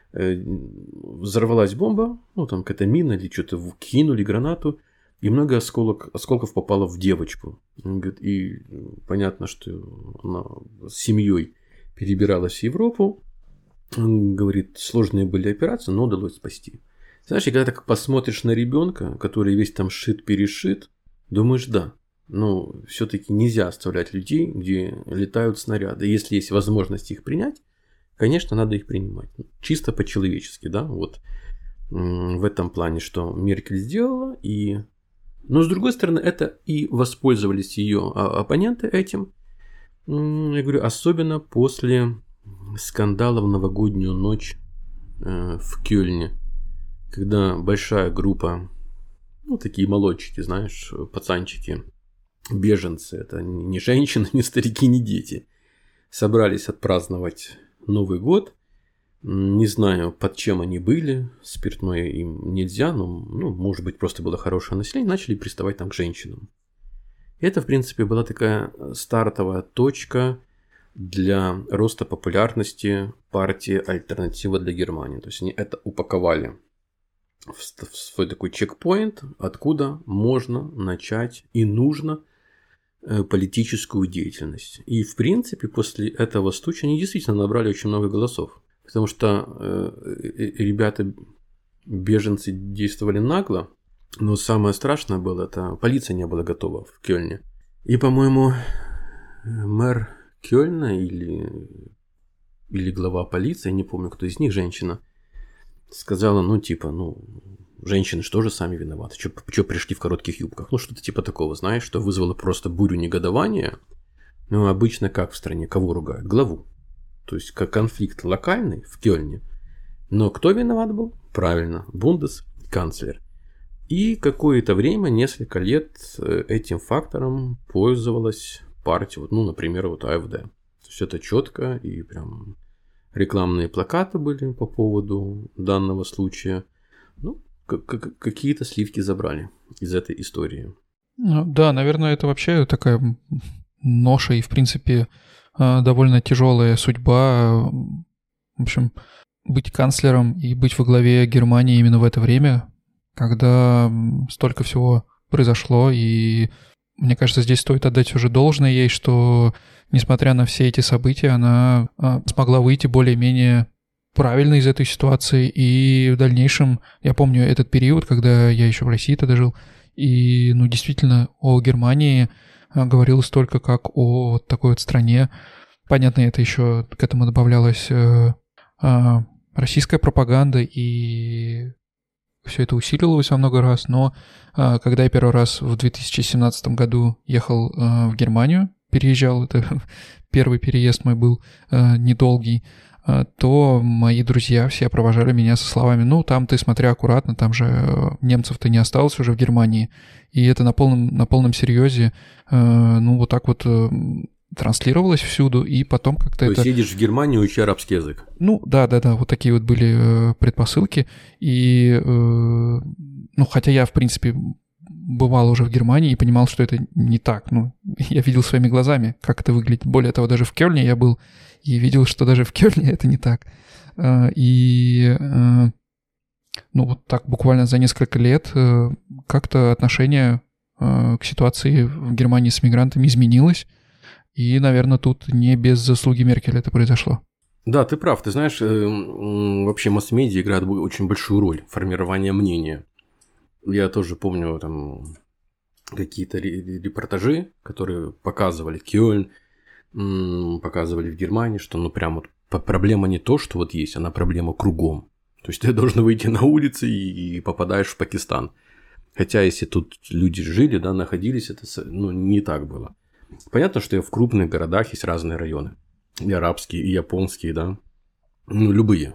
Взорвалась бомба, ну, там какая-то мина или что-то, кинули гранату, и много осколок, осколков попало в девочку. Он говорит, и понятно, что она с семьей перебиралась в Европу. Он говорит, сложные были операции, но удалось спасти. Знаешь, и когда так посмотришь на ребенка, который весь там шит-перешит, думаешь, да, но все-таки нельзя оставлять людей, где летают снаряды. Если есть возможность их принять, конечно, надо их принимать. Чисто по-человечески, да, вот в этом плане, что Меркель сделала. И... Но с другой стороны, это и воспользовались ее оппоненты этим. Я говорю, особенно после скандала в новогоднюю ночь э, в Кёльне, когда большая группа ну, такие молодчики, знаешь, пацанчики, беженцы, это не женщины, не старики, не дети, собрались отпраздновать Новый год. Не знаю, под чем они были, спиртное им нельзя, но, ну, может быть, просто было хорошее настроение, начали приставать там к женщинам. Это, в принципе, была такая стартовая точка для роста популярности партии «Альтернатива для Германии». То есть они это упаковали в свой такой чекпоинт, откуда можно начать и нужно политическую деятельность. И, в принципе, после этого случая они действительно набрали очень много голосов. Потому что э, ребята, беженцы действовали нагло, но самое страшное было, это полиция не была готова в Кёльне. И, по-моему, мэр Кёльна или, или глава полиции, я не помню, кто из них, женщина, сказала, ну, типа, ну, женщины что же сами виноваты, что пришли в коротких юбках, ну, что-то типа такого, знаешь, что вызвало просто бурю негодования. Ну, обычно как в стране, кого ругают? Главу. То есть, как конфликт локальный в Кёльне. Но кто виноват был? Правильно, бундесканцлер. И какое-то время, несколько лет этим фактором пользовалась партия, вот, ну, например, вот АфД. То есть, это четко и прям рекламные плакаты были по поводу данного случая. Ну, какие-то сливки забрали из этой истории. Ну, да, наверное, это вообще такая ноша и, в принципе, довольно тяжелая судьба. В общем, быть канцлером и быть во главе Германии именно в это время, когда столько всего произошло, и мне кажется, здесь стоит отдать уже должное ей, что, несмотря на все эти события, она смогла выйти более-менее правильно из этой ситуации, и в дальнейшем, я помню этот период, когда я еще в России тогда жил, и, ну, действительно, о Германии говорилось только как о вот такой вот стране. Понятно, это еще к этому добавлялась э, э, российская пропаганда, и все это усиливалось во много раз. Но э, когда я первый раз в две тысячи семнадцатом году ехал э, в Германию, переезжал, это первый переезд мой был э, недолгий, э, то мои друзья все провожали меня со словами: ну, там ты смотри аккуратно, там же э, немцев-то не осталось уже в Германии. И это на полном, на полном серьезе, э, ну, вот так вот э, транслировалось всюду, и потом как-то То это... есть едешь в Германию, учи арабский язык. Ну, да-да-да, вот такие вот были э, предпосылки. И, э, ну, хотя я, в принципе, бывал уже в Германии и понимал, что это не так. Ну, я видел своими глазами, как это выглядит. Более того, даже в Кёльне я был и видел, что даже в Кёльне это не так. Э, и... Э, Ну, вот так буквально за несколько лет э, как-то отношение э, к ситуации в Германии с мигрантами изменилось. И, наверное, тут не без заслуги Меркель это произошло. Да, ты прав. Ты знаешь, э, вообще масс-медиа играют очень большую роль в формировании мнения. Я тоже помню там какие-то репортажи, которые показывали Кёльн, показывали в Германии, что ну прям вот проблема не то, что вот есть, она проблема кругом. То есть ты должен выйти на улицы и попадаешь в Пакистан. Хотя если тут люди жили, да, находились, это ну, не так было. Понятно, что в крупных городах есть разные районы. И арабские, и японские, да. Ну, любые.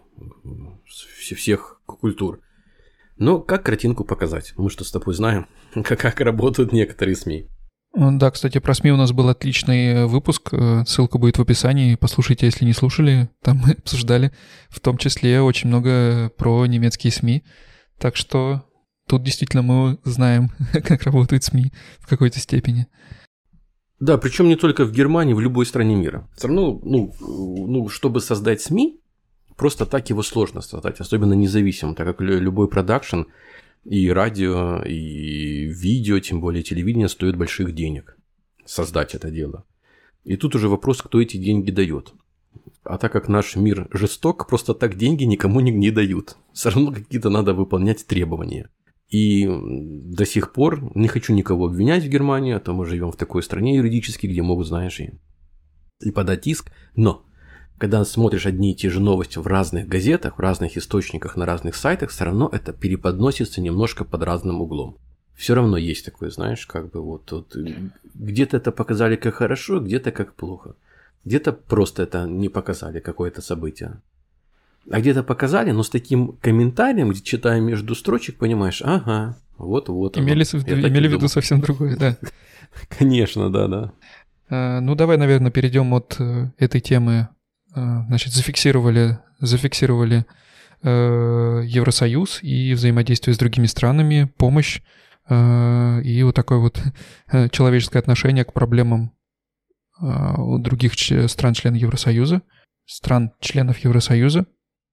Всех культур. Но как картинку показать? Мы что с тобой знаем, как работают некоторые СМИ. Да, кстати, про СМИ у нас был отличный выпуск, ссылка будет в описании, послушайте, если не слушали, там мы обсуждали в том числе очень много про немецкие СМИ, так что тут действительно мы знаем, как работают СМИ в какой-то степени. Да, причем не только в Германии, в любой стране мира. Все равно, ну, ну, чтобы создать СМИ, просто так его сложно создать, особенно независимо, так как любой продакшн, и радио, и видео, тем более телевидение, стоит больших денег создать это дело. И тут уже вопрос, кто эти деньги дает. А так как наш мир жесток, просто так деньги никому не, не дают. Все равно какие-то надо выполнять требования. И до сих пор не хочу никого обвинять в Германии, а то мы живем в такой стране юридически, где могут, знаешь, и, и подать иск. Но когда смотришь одни и те же новости в разных газетах, в разных источниках, на разных сайтах, все равно это переподносится немножко под разным углом. Все равно есть такое, знаешь, как бы вот, вот где-то это показали как хорошо, где-то как плохо. Где-то просто это не показали, какое-то событие. А где-то показали, но с таким комментарием, где читая между строчек, понимаешь, ага, Вот-вот. Имели, имели в виду совсем другое, да. Конечно, да-да. Ну, давай, наверное, перейдем от этой темы. Значит, зафиксировали, зафиксировали Евросоюз и взаимодействие с другими странами, помощь и вот такое вот человеческое отношение к проблемам у других стран-членов Евросоюза, стран-членов Евросоюза,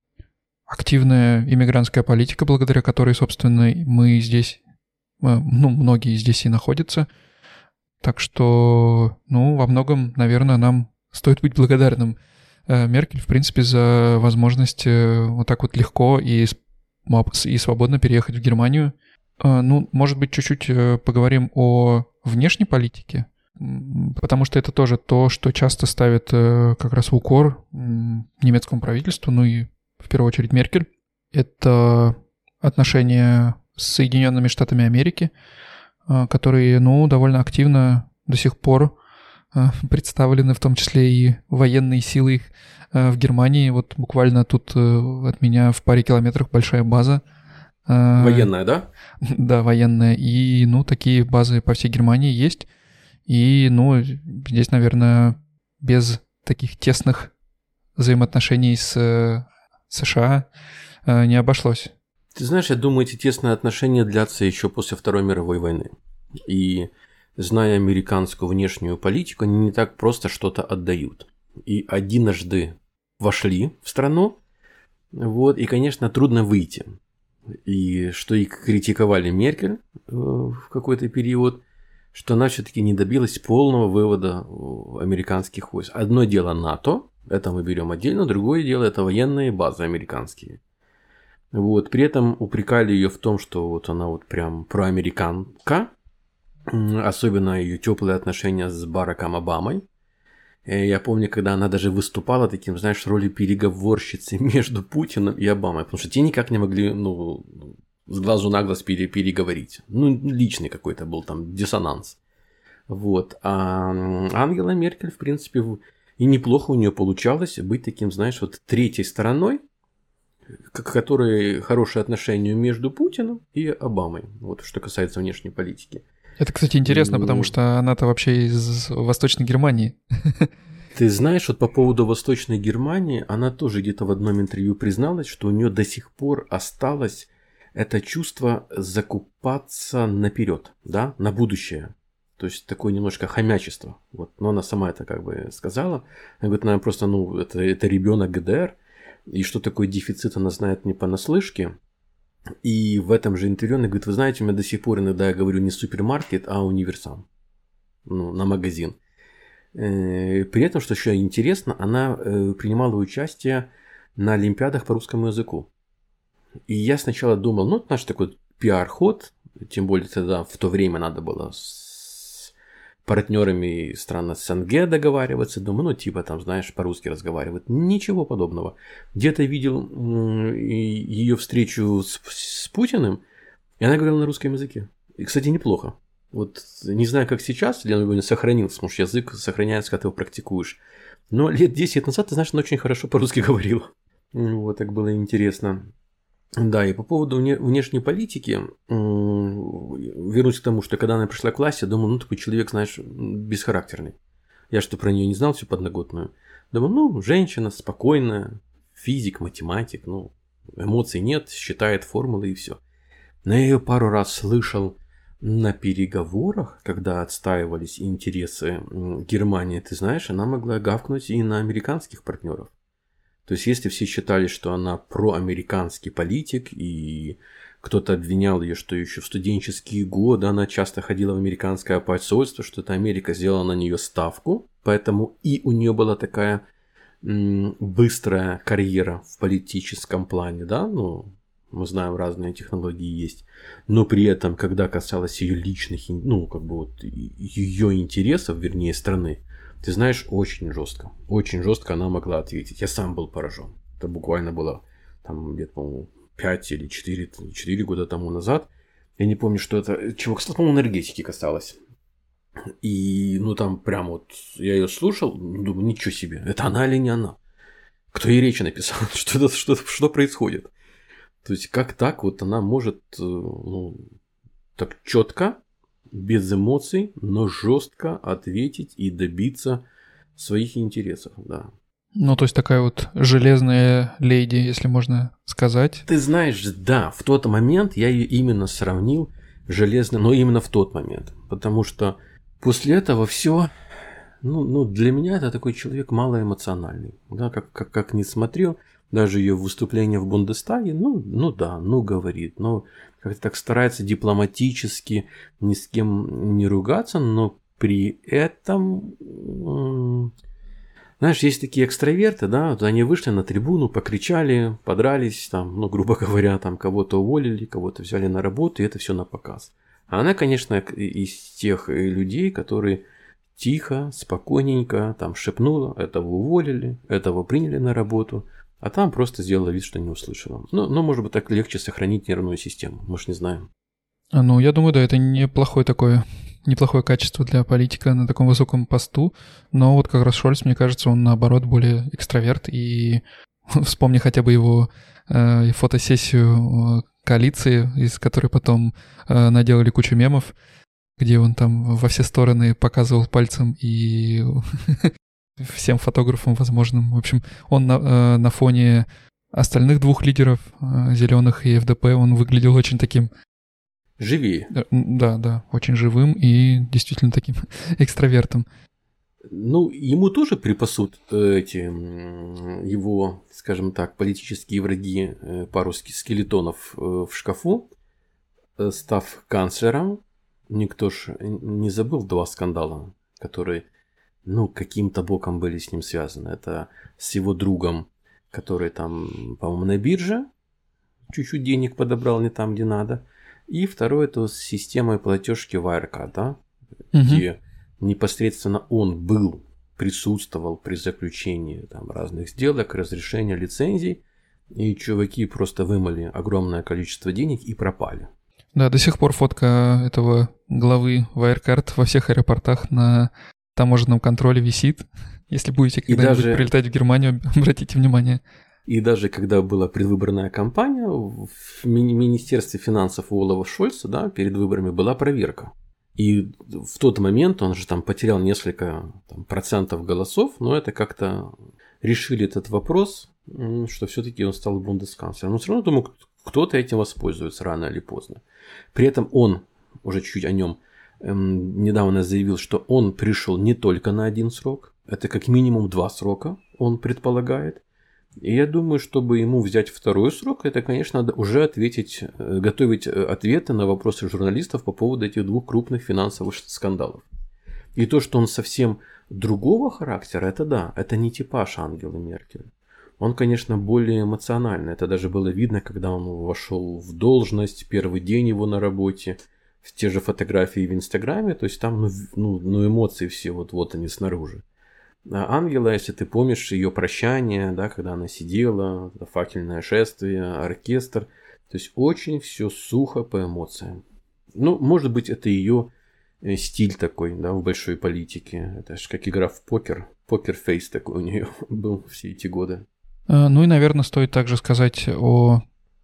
активная иммигрантская политика, благодаря которой, собственно, мы здесь, ну, многие здесь и находятся. Так что, ну, во многом, наверное, нам стоит быть благодарным Меркель, в принципе, за возможность вот так вот легко и, и свободно переехать в Германию. Ну, может быть, чуть-чуть поговорим о внешней политике, потому что это тоже то, что часто ставит как раз в укор немецкому правительству, ну и в первую очередь Меркель. Это отношения с Соединенными Штатами Америки, которые, ну, довольно активно до сих пор представлены, в том числе и военные силы их в Германии. Вот буквально тут от меня в паре километрах большая база. Военная, да? Да, военная. И, ну, такие базы по всей Германии есть. И, ну, здесь, наверное, без таких тесных взаимоотношений с США не обошлось. Ты знаешь, я думаю, эти тесные отношения длятся еще после Второй мировой войны. И, зная американскую внешнюю политику, они не так просто что-то отдают. И однажды вошли в страну, вот, и, конечно, трудно выйти. И что и критиковали Меркель в какой-то период, что она все-таки не добилась полного вывода американских войск. Одно дело НАТО, это мы берем отдельно, другое дело это военные базы американские. Вот, при этом упрекали ее в том, что вот она вот прям проамериканка, особенно ее теплые отношения с Бараком Обамой. Я помню, когда она даже выступала таким, знаешь, в роли переговорщицы между Путиным и Обамой, потому что те никак не могли, ну, с глазу на глаз переговорить. Ну, личный какой-то был там диссонанс. Вот. А Ангела Меркель, в принципе, и неплохо у нее получалось быть таким, знаешь, вот третьей стороной, к которой хорошие отношения между Путиным и Обамой. Вот что касается внешней политики. Это, кстати, интересно, ну, потому что она-то вообще из Восточной Германии. Ты знаешь, вот по поводу Восточной Германии, она тоже где-то в одном интервью призналась, что у нее до сих пор осталось это чувство закупаться наперед, да, на будущее. То есть такое немножко хомячество. Вот. Но она сама это как бы сказала. Она говорит, наверное, просто, ну, это, это ребенок ГДР. И что такое дефицит, она знает не понаслышке. И в этом же интервью она говорит, вы знаете, у меня до сих пор иногда я говорю не супермаркет, а универсам. Ну, на магазин. При этом, что еще интересно, она принимала участие на олимпиадах по русскому языку. И я сначала думал, ну, это наш такой пиар-ход, тем более тогда в то время надо было с партнерами стран СНГ договариваться. Думаю, ну, типа там, знаешь, по-русски разговаривать. Ничего подобного. Где-то видел ее встречу с, с Путиным, и она говорила на русском языке. И, кстати, неплохо. Вот не знаю, как сейчас, или он сохранился, потому что язык сохраняется, когда ты его практикуешь. Но лет десять назад, ты знаешь, она очень хорошо по-русски говорила. Вот, так было интересно. Да, и по поводу внешней политики, вернусь к тому, что когда она пришла к власти, я думал, ну, такой человек, знаешь, бесхарактерный. Я что про нее не знал, всю подноготную. Думал, ну, женщина спокойная, физик, математик, ну, эмоций нет, считает формулы и все. Но я ее пару раз слышал на переговорах, когда отстаивались интересы Германии, ты знаешь, она могла гавкнуть и на американских партнеров. То есть, если все считали, что она проамериканский политик, и кто-то обвинял ее, что еще в студенческие годы она часто ходила в американское посольство, что это Америка сделала на нее ставку, поэтому и у нее была такая м- быстрая карьера в политическом плане, да, ну, мы знаем, разные технологии есть, но при этом, когда касалось ее личных, ну, как бы вот ее интересов, вернее, страны, ты знаешь, очень жестко, очень жестко она могла ответить. Я сам был поражен. Это буквально было там где-то, по-моему, пять или четыре, четыре года тому назад. Я не помню, что это, чего, кстати, по-моему, энергетики касалось. И, ну, там прям вот я ее слушал, думаю, ничего себе, это она или не она? Кто ей речи написал? Что, что, что происходит? То есть, как так вот она может, ну, так четко, без эмоций, но жестко ответить и добиться своих интересов, да. Ну, то есть такая вот железная леди, если можно сказать. Ты знаешь, да, в тот момент я ее именно сравнил железной, но именно в тот момент, потому что после этого все, ну, ну для меня это такой человек малоэмоциональный, да, как, как, как не смотрел, даже ее выступление в Бундестаге, ну, ну да, ну говорит, но как-то так старается дипломатически ни с кем не ругаться, но при этом... Знаешь, есть такие экстраверты, да, вот они вышли на трибуну, покричали, подрались, там, ну, грубо говоря, там кого-то уволили, кого-то взяли на работу, и это все на показ. А она, конечно, из тех людей, которые тихо, спокойненько там шепнула, этого уволили, этого приняли на работу, а там просто сделала вид, что не услышала. Ну, ну, может быть, так легче сохранить нервную систему, мы ж не знаем. Ну, я думаю, да, это неплохое такое, неплохое качество для политика на таком высоком посту, но вот как раз Шольц, мне кажется, он наоборот более экстраверт, и вспомни хотя бы его э, фотосессию коалиции, из которой потом э, наделали кучу мемов, где он там во все стороны показывал пальцем и всем фотографам возможным. В общем, он на, э, на фоне остальных двух лидеров, э, Зеленых и эф дэ пэ, он выглядел очень таким... Живее. Да, да, очень живым и действительно таким экстравертом. Ну, ему тоже припасут эти его, скажем так, политические враги пару скелетонов в шкафу, став канцлером. Никто ж не забыл два скандала, которые, ну, каким-то боком были с ним связаны. Это с его другом, который там, по-моему, на бирже чуть-чуть денег подобрал не там, где надо. И второе, это с системой платежки Wirecard, да, угу. Где непосредственно он был, присутствовал при заключении там разных сделок, разрешения лицензий, и чуваки просто вымыли огромное количество денег и пропали. Да, до сих пор фотка этого главы Wirecard во всех аэропортах на таможенном контроле висит. Если будете когда-нибудь даже... прилетать в Германию, обратите внимание. И даже когда была предвыборная кампания, в ми- Министерстве финансов у Олафа Шольца, да, перед выборами была проверка. И в тот момент он же там потерял несколько там, процентов голосов, но это как-то решили этот вопрос, что все-таки он стал бундесканцлером. Но все равно, думаю, кто-то этим воспользуется рано или поздно. При этом он, уже чуть-чуть о нем, эм, недавно заявил, что он пришел не только на один срок, это как минимум два срока, он предполагает. И я думаю, чтобы ему взять второй срок, это, конечно, надо уже ответить, готовить ответы на вопросы журналистов по поводу этих двух крупных финансовых скандалов. И то, что он совсем другого характера, это да, это не типаж Ангелы Меркель. Он, конечно, более эмоциональный. Это даже было видно, когда он вошел в должность, первый день его на работе, те же фотографии в Инстаграме, то есть там ну, ну, ну эмоции все вот-вот они снаружи. А Ангела, если ты помнишь ее прощание, да, когда она сидела, факельное шествие, оркестр, то есть очень все сухо по эмоциям. Ну, может быть, это ее стиль такой, да, в большой политике. Это же как игра в покер, покер-фейс такой у нее был все эти годы. Ну и, наверное, стоит также сказать о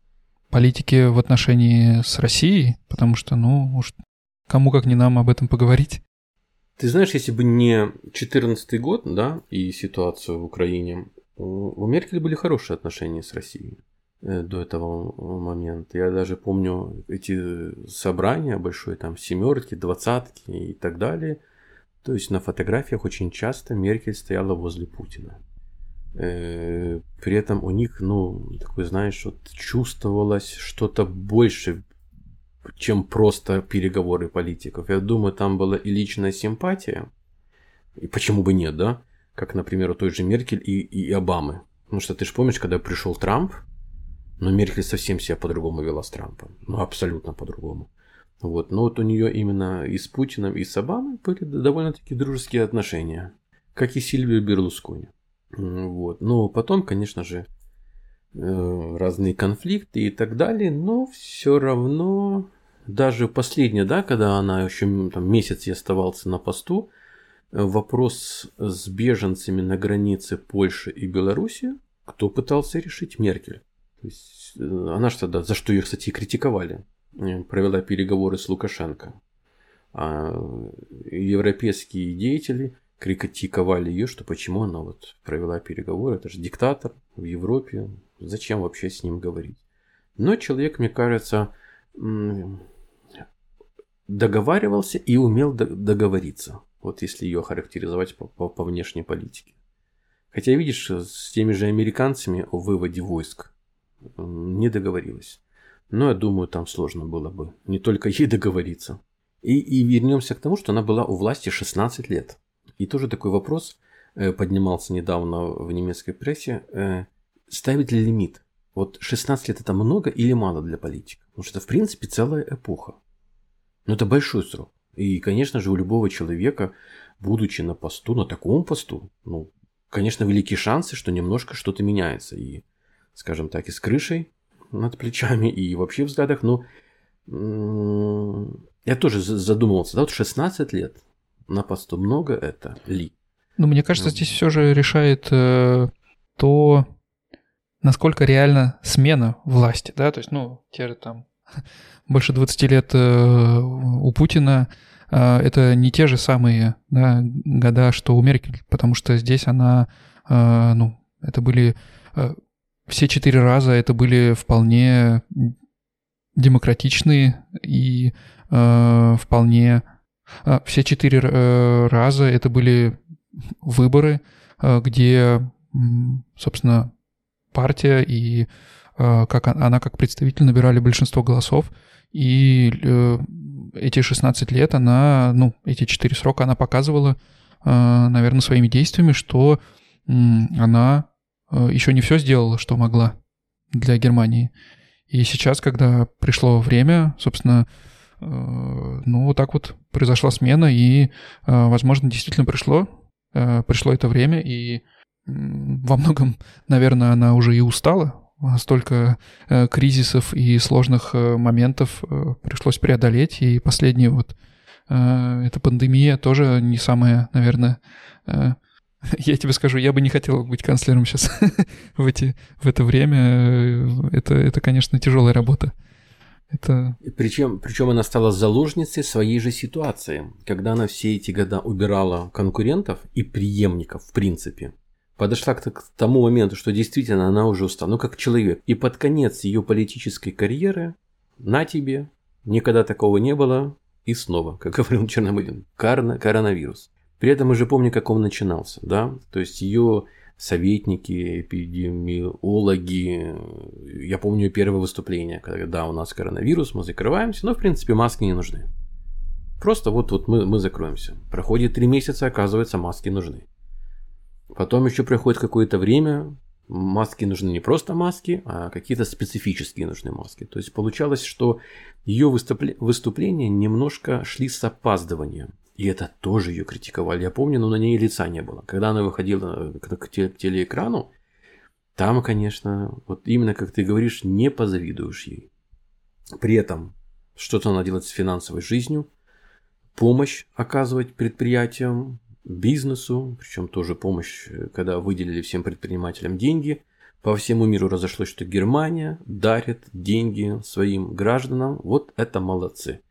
политике в отношении с Россией, потому что, ну, уж кому как не нам об этом поговорить. Ты знаешь, если бы не четырнадцатый год, да, и ситуацию в Украине, у Меркель были хорошие отношения с Россией до этого момента. Я даже помню эти собрания большой, там, семерки, двадцатки и так далее. То есть на фотографиях очень часто Меркель стояла возле Путина. При этом у них, ну, такое, знаешь, вот чувствовалось что-то больше, чем просто переговоры политиков. Я думаю, там была и личная симпатия, и почему бы нет, да? Как, например, у той же Меркель и, и Обамы. Потому что ты же помнишь, когда пришел Трамп, но Меркель совсем себя по-другому вела с Трампом. Ну, абсолютно по-другому. Вот. Но вот у нее именно и с Путиным, и с Обамой были довольно-таки дружеские отношения. Как и Сильвио Берлускони. Вот. Но потом, конечно же, разные конфликты и так далее, но все равно даже последнее, да, когда она еще там, месяц и оставался на посту, вопрос с беженцами на границе Польши и Беларуси, кто пытался решить? Меркель. То есть она же тогда, за что ее, кстати, и критиковали, провела переговоры с Лукашенко. А европейские деятели критиковали ее, что почему она вот провела переговоры. Это же диктатор в Европе. Зачем вообще с ним говорить? Но человек, мне кажется, договаривался и умел договориться. Вот если ее характеризовать по, по, по внешней политике. Хотя, видишь, с теми же американцами о выводе войск не договорилась. Но я думаю, там сложно было бы не только ей договориться. И, и вернемся к тому, что она была у власти шестнадцать лет. И тоже такой вопрос э, поднимался недавно в немецкой прессе. Э, ставить ли лимит? Вот шестнадцать лет это много или мало для политика? Потому что это, в принципе, целая эпоха. Но это большой срок. И, конечно же, у любого человека, будучи на посту, на таком посту, ну, конечно, великие шансы, что немножко что-то меняется. И, скажем так, и с крышей над плечами, и вообще в взглядах. Но м- я тоже задумывался, да, вот шестнадцать лет на посту, много это ли? Ну, мне кажется, здесь все же решает э, то, насколько реально смена власти, да, то есть, ну, те же там больше двадцать лет э, у Путина, э, это не те же самые, да, года, что у Меркель, потому что здесь она, э, ну, это были, э, все четыре раза это были вполне демократичные и э, вполне, э, все четыре э, раза это были выборы, э, где, собственно, партия и как она как представитель набирали большинство голосов, и эти шестнадцать лет она, ну, эти четыре срока она показывала, наверное, своими действиями, что она еще не все сделала, что могла для Германии. И сейчас, когда пришло время, собственно, ну, вот так вот произошла смена, и, возможно, действительно пришло, пришло это время, и во многом, наверное, она уже и устала. Столько э, кризисов и сложных э, моментов э, пришлось преодолеть, и последняя вот э, эта пандемия тоже не самая, наверное, э, я тебе скажу, я бы не хотел быть канцлером сейчас в, эти, в это время, это, это, конечно, тяжелая работа. Это... Причем, причем она стала заложницей своей же ситуации, когда она все эти года убирала конкурентов и преемников, в принципе. Подошла к, к тому моменту, что действительно она уже устала, ну как человек. И под конец ее политической карьеры, на тебе, никогда такого не было, и снова, как говорил Черномырдин, коронавирус. При этом мы же помним, как он начинался, да, то есть ее советники, эпидемиологи, я помню ее первое выступление, когда да, у нас коронавирус, мы закрываемся, но в принципе маски не нужны. Просто вот, вот мы, мы закроемся. Проходит три месяца, оказывается, маски нужны. Потом еще проходит какое-то время, маски нужны не просто маски, а какие-то специфические нужны маски. То есть получалось, что ее выступления немножко шли с опаздыванием. И это тоже ее критиковали. Я помню, но на ней лица не было. Когда она выходила к телеэкрану, там, конечно, вот именно как ты говоришь, не позавидуешь ей. При этом что-то она делает с финансовой жизнью, помощь оказывать предприятиям, бизнесу, причем тоже помощь, когда выделили всем предпринимателям деньги. По всему миру разошлось, что Германия дарит деньги своим гражданам. Вот это молодцы.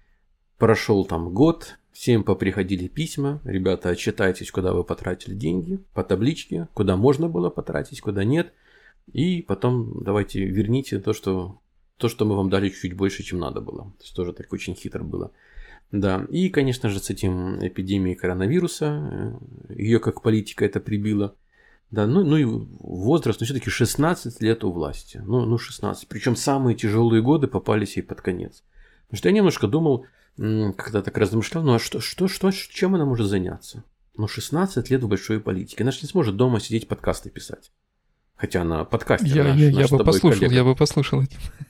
Прошел там год, всем поприходили письма. Ребята, отчитайтесь, куда вы потратили деньги, по табличке, куда можно было потратить, куда нет. И потом давайте верните то, что, то, что мы вам дали чуть больше, чем надо было. То есть тоже так очень хитро было. Да, и, конечно же, с этим эпидемией коронавируса, ее как политика это прибило. Да, ну, ну и возраст, но все-таки шестнадцать лет у власти. Ну, ну, шестнадцать. Причем самые тяжелые годы попались ей под конец. Потому что я немножко думал, когда так размышлял, ну а что, что, что, чем она может заняться? Ну, шестнадцать лет в большой политике. Она же не сможет дома сидеть подкасты писать. Хотя она подкастер. Я, наш, я, наш я бы послушал, коллега. я бы послушал.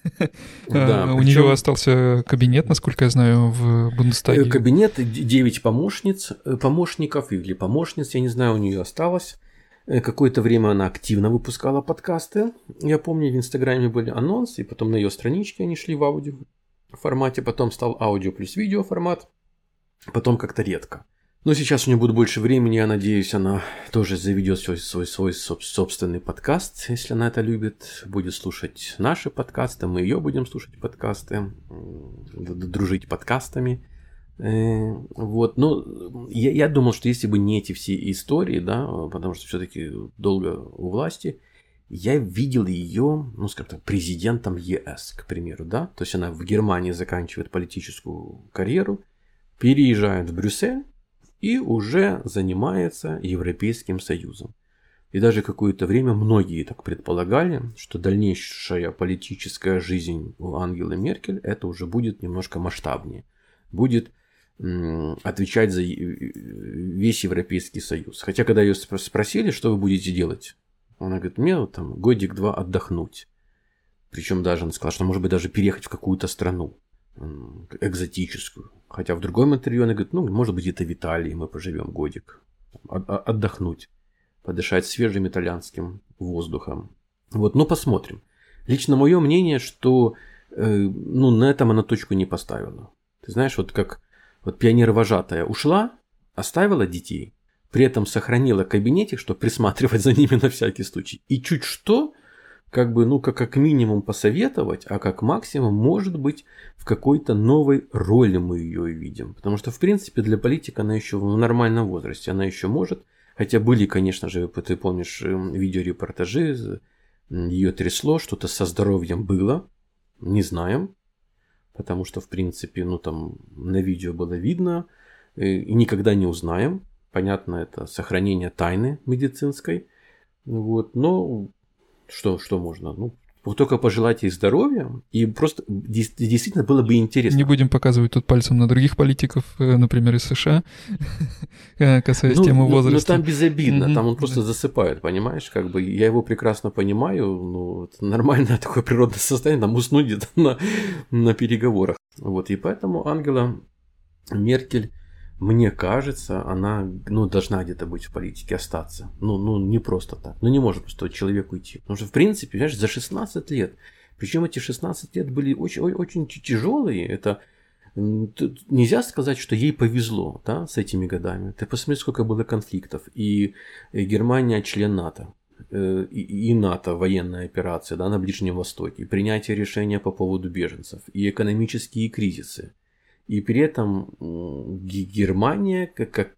Да, у причем... нее остался кабинет, насколько я знаю, в Бундестаге. Кабинет, девять помощниц, помощников или помощниц, я не знаю, у нее осталось. Какое-то время она активно выпускала подкасты. Я помню, в Инстаграме были анонсы, и потом на ее страничке они шли в аудио формате, потом стал аудио плюс видео формат, потом как-то редко. Но сейчас у нее будет больше времени, я надеюсь, она тоже заведет свой, свой, свой собственный подкаст, если она это любит, будет слушать наши подкасты, мы ее будем слушать подкасты, дружить подкастами. Вот, ну, я, я думал, что если бы не эти все истории, да, потому что все-таки долго у власти, я видел ее, ну, скажем так, президентом ЕС, к примеру, да, то есть она в Германии заканчивает политическую карьеру, переезжает в Брюссель и уже занимается Европейским Союзом. И даже какое-то время многие так предполагали, что дальнейшая политическая жизнь у Ангелы Меркель это уже будет немножко масштабнее, будет м- отвечать за весь Европейский Союз. Хотя, когда ее спросили, что вы будете делать, она говорит, мне вот там годик-два отдохнуть. Причем даже она сказала, что может быть даже переехать в какую-то страну экзотическую. Хотя в другом интервью она говорит, ну, может быть, где-то в Италии мы поживем годик. Отдохнуть. Подышать свежим итальянским воздухом. Вот, ну, посмотрим. Лично мое мнение, что э, ну, на этом она точку не поставила. Ты знаешь, вот как вот пионер-вожатая ушла, оставила детей, при этом сохранила кабинетик, чтобы присматривать за ними на всякий случай. И чуть что, как бы, ну, как, как минимум посоветовать, а как максимум, может быть, в какой-то новой роли мы ее видим. Потому что, в принципе, для политика она еще в нормальном возрасте, она еще может. Хотя были, конечно же, ты помнишь, видеорепортажи, ее трясло, что-то со здоровьем было, не знаем. Потому что, в принципе, ну, там на видео было видно, и никогда не узнаем. Понятно, это сохранение тайны медицинской. Вот, но что, что можно? Ну, только пожелать ей здоровья. И просто действительно было бы интересно. Не будем показывать тут пальцем на других политиков, например, из США, касаясь ну, темы возраста. Ну, там безобидно, mm-hmm. там он просто да. засыпает, понимаешь? Как бы я его прекрасно понимаю. Ну, это нормальное такое природное состояние, там уснуть где-то на, на переговорах. Вот, и поэтому Ангела Меркель, мне кажется, она, ну, должна где-то быть в политике, остаться. Ну, ну, не просто так. Ну, не может просто человек уйти. Потому что, в принципе, понимаешь, за шестнадцать лет. Причем эти шестнадцать лет были очень, очень тяжелые. Это нельзя сказать, что ей повезло, да, с этими годами. Ты посмотри, сколько было конфликтов. И Германия член НАТО. И НАТО, военная операция, да, на Ближнем Востоке. И принятие решения по поводу беженцев. И экономические кризисы. И при этом Германия как, как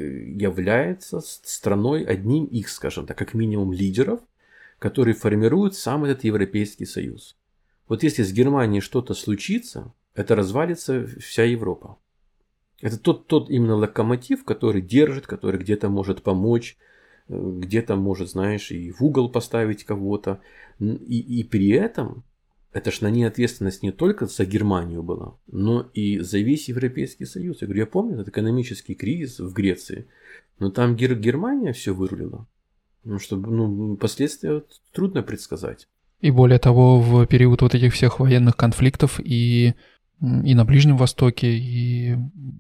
является страной одним из, скажем так, как минимум лидеров, которые формируют сам этот Европейский Союз. Вот если с Германией что-то случится, это развалится вся Европа. Это тот, тот именно локомотив, который держит, который где-то может помочь, где-то может, знаешь, и в угол поставить кого-то. И, и при этом... Это ж на ней ответственность не только за Германию была, но и за весь Европейский Союз. Я говорю, я помню этот экономический кризис в Греции, но там Гер- Германия все вырулила. Ну, что, ну, последствия трудно предсказать. И более того, в период вот этих всех военных конфликтов и, и на Ближнем Востоке, и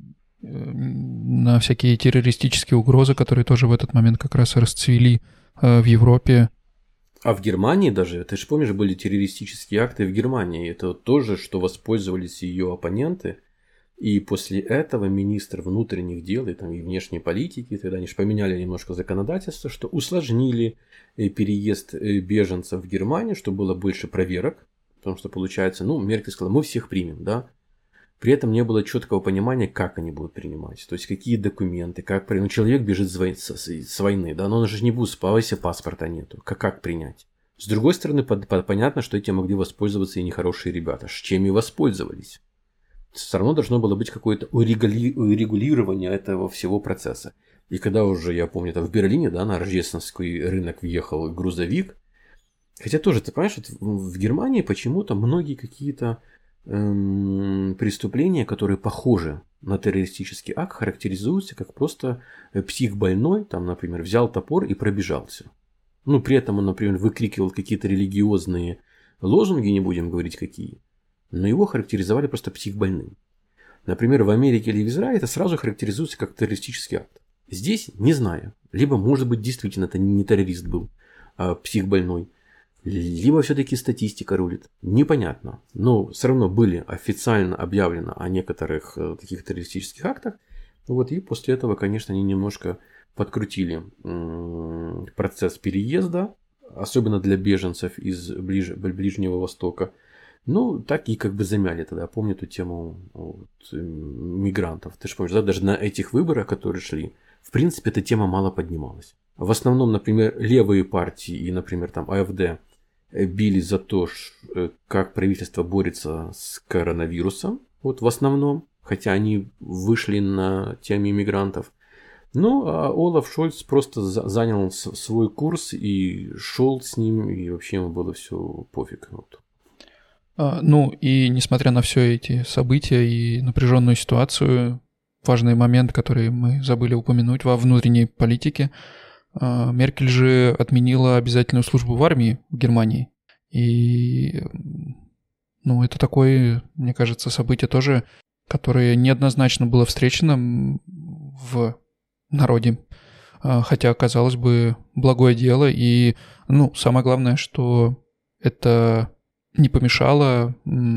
на всякие террористические угрозы, которые тоже в этот момент как раз расцвели в Европе. А в Германии даже, ты же помнишь, были террористические акты в Германии. Это тоже, что воспользовались ее оппоненты. И после этого министр внутренних дел и, там, и внешней политики, тогда они же поменяли немножко законодательство, что усложнили переезд беженцев в Германию, чтобы было больше проверок. Потому что получается, ну, Меркель сказала, мы всех примем, да. При этом не было четкого понимания, как они будут принимать. То есть, какие документы, как принять. Ну, человек бежит с войны, да, но он же не будет спать, если паспорта нету. Как, как принять? С другой стороны, под, под, понятно, что этим могли воспользоваться и нехорошие ребята. С чем и воспользовались. Все равно должно было быть какое-то урегули... урегулирование этого всего процесса. И когда уже, я помню, там в Берлине, да, на рождественский рынок въехал грузовик. Хотя тоже, ты понимаешь, вот в Германии почему-то многие какие-то преступления, которые похожи на террористический акт, характеризуются как просто псих больной, там, например, взял топор и пробежался. Ну, при этом он, например, выкрикивал какие-то религиозные лозунги, не будем говорить какие, но его характеризовали просто псих больным. Например, в Америке или в Израиле это сразу характеризуется как террористический акт. Здесь не знаю. Либо, может быть, действительно это не террорист был, а псих больной. Либо все-таки статистика рулит. Непонятно. Но все равно были официально объявлено о некоторых таких террористических актах. Вот, и после этого, конечно, они немножко подкрутили процесс переезда, особенно для беженцев из ближ... Ближнего Востока. Ну, так и как бы замяли тогда. Я помню эту тему вот, мигрантов. Ты же помнишь, да, даже на этих выборах, которые шли, в принципе, эта тема мало поднималась. В основном, например, левые партии и, например, там АФД били за то, как правительство борется с коронавирусом. Вот в основном, хотя они вышли на теме мигрантов. Ну, а Олаф Шольц просто занял свой курс и шел с ним, и вообще ему было все пофиг. Вот. Ну, и несмотря на все эти события и напряженную ситуацию, важный момент, который мы забыли упомянуть во внутренней политике, Меркель же отменила обязательную службу в армии в Германии. И, ну, это такое, мне кажется, событие тоже, которое неоднозначно было встречено в народе. Хотя, казалось бы, благое дело. И, ну, самое главное, что это не помешало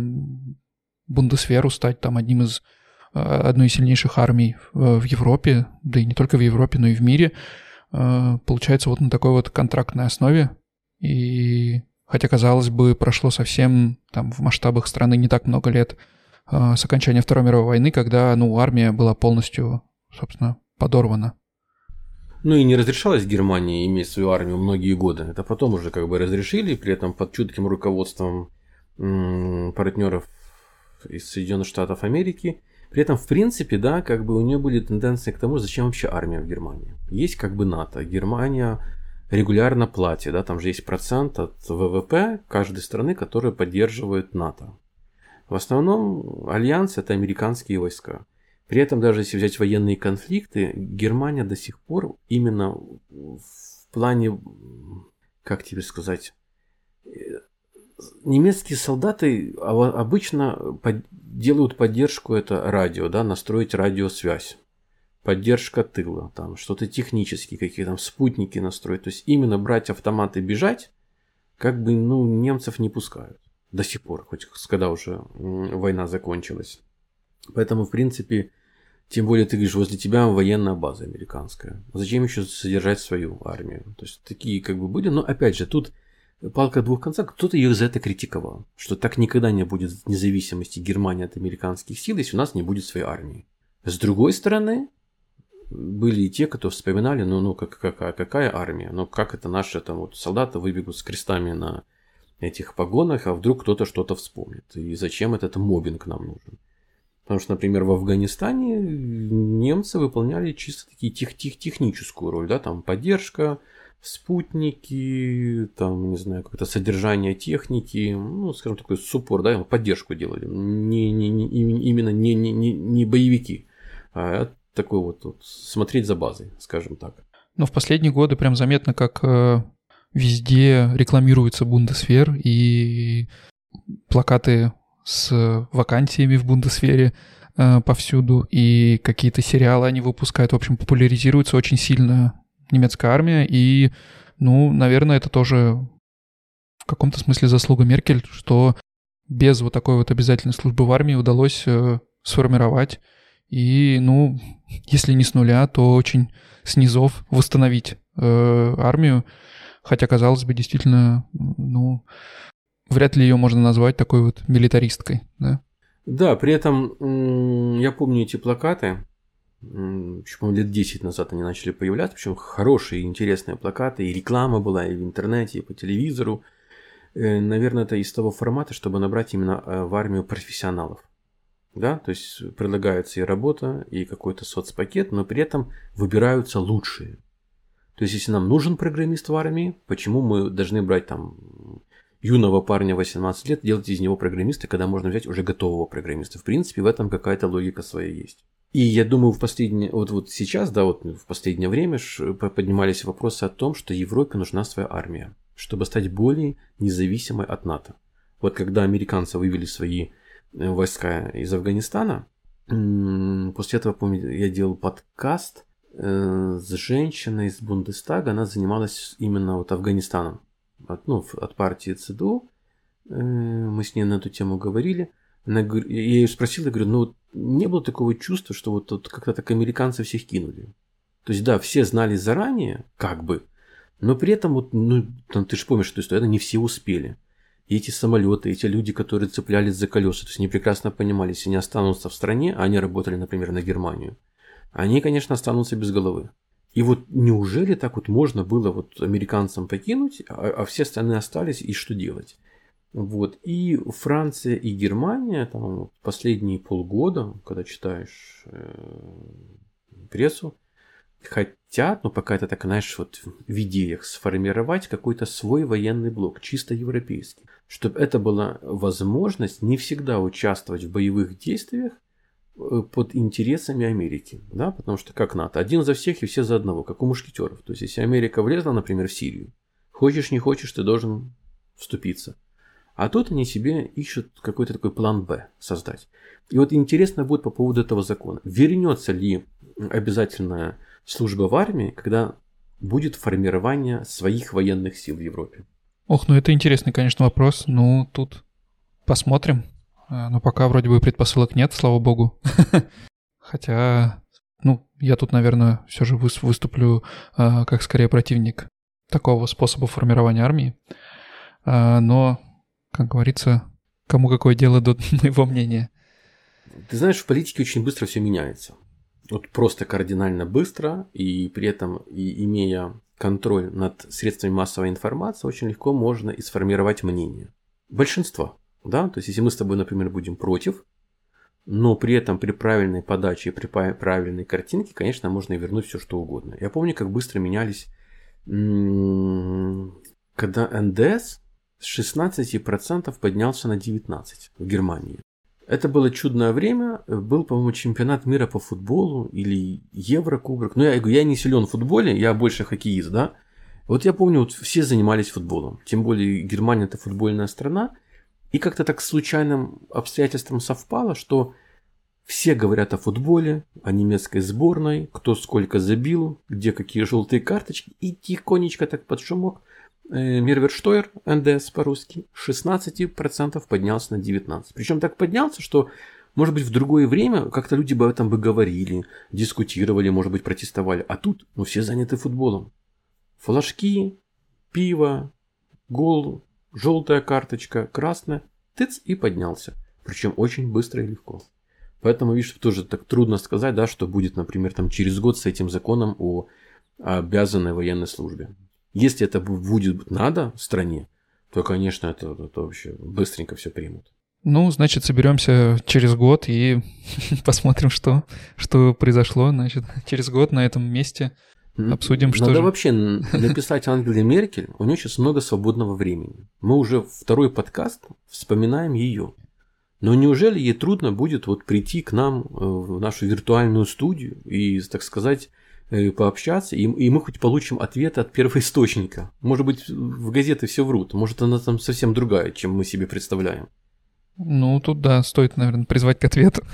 Бундесверу стать там одним из, одной из сильнейших армий в Европе, да и не только в Европе, но и в мире. Получается, вот на такой вот контрактной основе. И хотя, казалось бы, прошло совсем там в масштабах страны не так много лет с окончания Второй мировой войны, когда, ну, армия была полностью, собственно, подорвана. Ну и не разрешалось Германии иметь свою армию многие годы. Это потом уже как бы разрешили, при этом под чутким руководством м- партнеров из Соединенных Штатов Америки. При этом, в принципе, да, как бы у нее были тенденции к тому, зачем вообще армия в Германии. Есть как бы НАТО. Германия регулярно платит, да, там же есть процент от ВВП каждой страны, которая поддерживает НАТО. В основном альянс – это американские войска. При этом, даже если взять военные конфликты, Германия до сих пор именно в плане, как тебе сказать, немецкие солдаты обычно делают поддержку, это радио, да, настроить радиосвязь, поддержка тыла, там что-то технические, какие там спутники настроить. То есть именно брать автомат и бежать, как бы, ну, немцев не пускают до сих пор, хоть когда уже война закончилась. Поэтому, в принципе, тем более, ты говоришь, возле тебя военная база американская. Зачем еще содержать свою армию? То есть, такие как бы были. Но, опять же, тут палка о двух концах. Кто-то ее за это критиковал. Что так никогда не будет независимости Германии от американских сил, если у нас не будет своей армии. С другой стороны, были и те, кто вспоминали, ну, ну как, какая, какая армия? Ну, как это наши там, вот, солдаты выбегут с крестами на этих погонах, а вдруг кто-то что-то вспомнит. И зачем этот моббинг нам нужен? Потому что, например, в Афганистане немцы выполняли чисто такие тех, тех, техническую роль, да, там поддержка, спутники, там, не знаю, как-то содержание техники, ну, скажем, такой суппорт, да, поддержку делали. Не, не, не, именно не, не, не, не боевики, а такой вот, вот смотреть за базой, скажем так. Но в последние годы прям заметно, как э, везде рекламируется Бундесвер, и плакаты с вакансиями в Бундесвере э, повсюду, и какие-то сериалы они выпускают. В общем, популяризируется очень сильно немецкая армия, и, ну, наверное, это тоже в каком-то смысле заслуга Меркель, что без вот такой вот обязательной службы в армии удалось э, сформировать и, ну, если не с нуля, то очень с низов восстановить э, армию, хотя, казалось бы, действительно, ну, вряд ли ее можно назвать такой вот милитаристкой, да? Да, при этом я помню эти плакаты, еще, по-моему, лет десять назад они начали появляться, причем хорошие, интересные плакаты, и реклама была и в интернете, и по телевизору. Наверное, это из того формата, чтобы набрать именно в армию профессионалов. Да, то есть предлагается и работа, и какой-то соцпакет, но при этом выбираются лучшие. То есть, если нам нужен программист в армии, почему мы должны брать там юного парня восемнадцать лет, делать из него программиста, когда можно взять уже готового программиста? В принципе, в этом какая-то логика своя есть. И я думаю, в последнее, вот, вот сейчас, да, вот в последнее время поднимались вопросы о том, что Европе нужна своя армия, чтобы стать более независимой от НАТО. Вот когда американцы вывели свои войска из Афганистана, после этого, помню, я делал подкаст с женщиной из Бундестага, она занималась именно вот Афганистаном, от, ну, от партии ЦДУ, мы с ней на эту тему говорили, она, я ее спросил, я говорю, ну, не было такого чувства, что вот тут как-то так американцы всех кинули. То есть, да, все знали заранее, как бы, но при этом, вот, ну, там, ты же помнишь, что это не все успели. И эти самолеты, эти люди, которые цеплялись за колеса, то есть они прекрасно понимали, если они останутся в стране, а они работали, например, на Германию, они, конечно, останутся без головы. И вот неужели так вот можно было вот американцам покинуть, а, а все остальные остались, и что делать? Вот. И Франция и Германия, там, последние полгода, когда читаешь э, прессу, хотят, ну пока это так, знаешь, вот в идеях сформировать какой-то свой военный блок, чисто европейский. Чтобы это была возможность не всегда участвовать в боевых действиях под интересами Америки. Да? Потому что как НАТО, один за всех и все за одного, как у мушкетеров. То есть, если Америка влезла, например, в Сирию, хочешь не хочешь, ты должен вступиться. А тут они себе ищут какой-то такой план Б создать. И вот интересно будет по поводу этого закона. Вернется ли обязательная служба в армии, когда будет формирование своих военных сил в Европе? Ох, ну это интересный, конечно, вопрос. Ну, тут посмотрим. Но пока вроде бы предпосылок нет, слава богу. Хотя, ну, я тут, наверное, все же выступлю как скорее противник такого способа формирования армии. Но, как говорится, кому какое дело до моего мнения. Ты знаешь, в политике очень быстро все меняется. Вот просто кардинально быстро, и при этом, и имея контроль над средствами массовой информации, очень легко можно и сформировать мнение. Большинство. Да? То есть, если мы с тобой, например, будем против, но при этом при правильной подаче и при правильной картинке, конечно, можно и вернуть все, что угодно. Я помню, как быстро менялись, когда эн дэ эс с шестнадцати процентов поднялся на девятнадцать процентов в Германии. Это было чудное время. Был, по-моему, чемпионат мира по футболу или Еврокубок. Но я, я не силен в футболе, я больше хоккеист, да. Вот я помню, вот все занимались футболом. Тем более Германия – это футбольная страна. И как-то так случайным обстоятельством совпало, что все говорят о футболе, о немецкой сборной, кто сколько забил, где какие желтые карточки. И тихонечко так под шумок Мерверштойер, эн дэ эс по-русски, с шестнадцати процентов поднялся на девятнадцать процентов. Причем так поднялся, что, может быть, в другое время как-то люди бы об этом бы говорили, дискутировали, может быть, протестовали. А тут, ну, все заняты футболом. Флажки, пиво, гол, желтая карточка, красная, тыц, и поднялся. Причем очень быстро и легко. Поэтому, видишь, тоже так трудно сказать, да, что будет, например, там, через год с этим законом о обязанной военной службе. Если это будет надо стране, то, конечно, это, это вообще быстренько все примут. Ну, значит, соберемся через год и посмотрим, что, что произошло. Значит, через год на этом месте обсудим, Надо что Надо же... вообще написать Ангеле Меркель, у нее сейчас много свободного времени. Мы уже второй подкаст вспоминаем ее. Но неужели ей трудно будет вот прийти к нам в нашу виртуальную студию и, так сказать, пообщаться, и, и мы хоть получим ответы от первоисточника. Может быть, в газеты все врут, может, она там совсем другая, чем мы себе представляем. Ну, тут, да, стоит, наверное, призвать к ответу.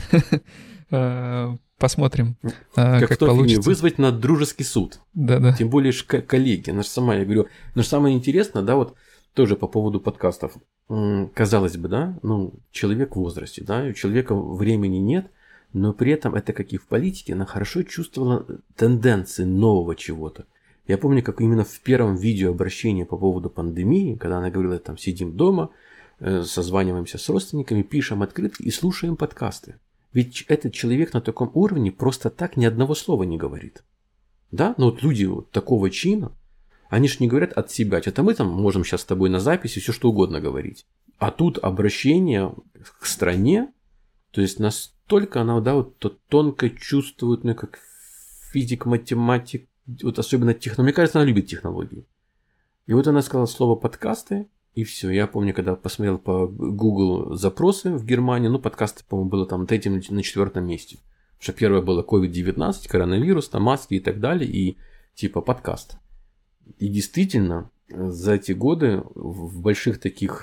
Посмотрим, как, как, как получится. Вызвать на дружеский суд. Да-да. Тем более коллеги. Она же сама, я говорю, но самое интересное, да, вот тоже по поводу подкастов. Казалось бы, да, ну, человек в возрасте, да, у человека времени нет, но при этом это, как и в политике, она хорошо чувствовала тенденции нового чего-то. Я помню, как именно в первом видеообращении по поводу пандемии, когда она говорила, там, сидим дома, созваниваемся с родственниками, пишем открытки и слушаем подкасты. Ведь этот человек на таком уровне просто так ни одного слова не говорит. Да, но вот люди вот такого чина, они же не говорят от себя. Это мы там можем сейчас с тобой на записи все что угодно говорить. А тут обращение к стране, то есть настолько она, да, вот тонко чувствует, ну, как физик, математик, вот особенно технологии. Мне кажется, она любит технологии. И вот она сказала слово подкасты, и все. Я помню, когда посмотрел по Google запросы в Германии, ну, подкасты, по-моему, было там третьем на четвертом месте. Потому что первое было ковид девятнадцать, коронавирус, там маски и так далее, и типа подкаст. И действительно, за эти годы в больших таких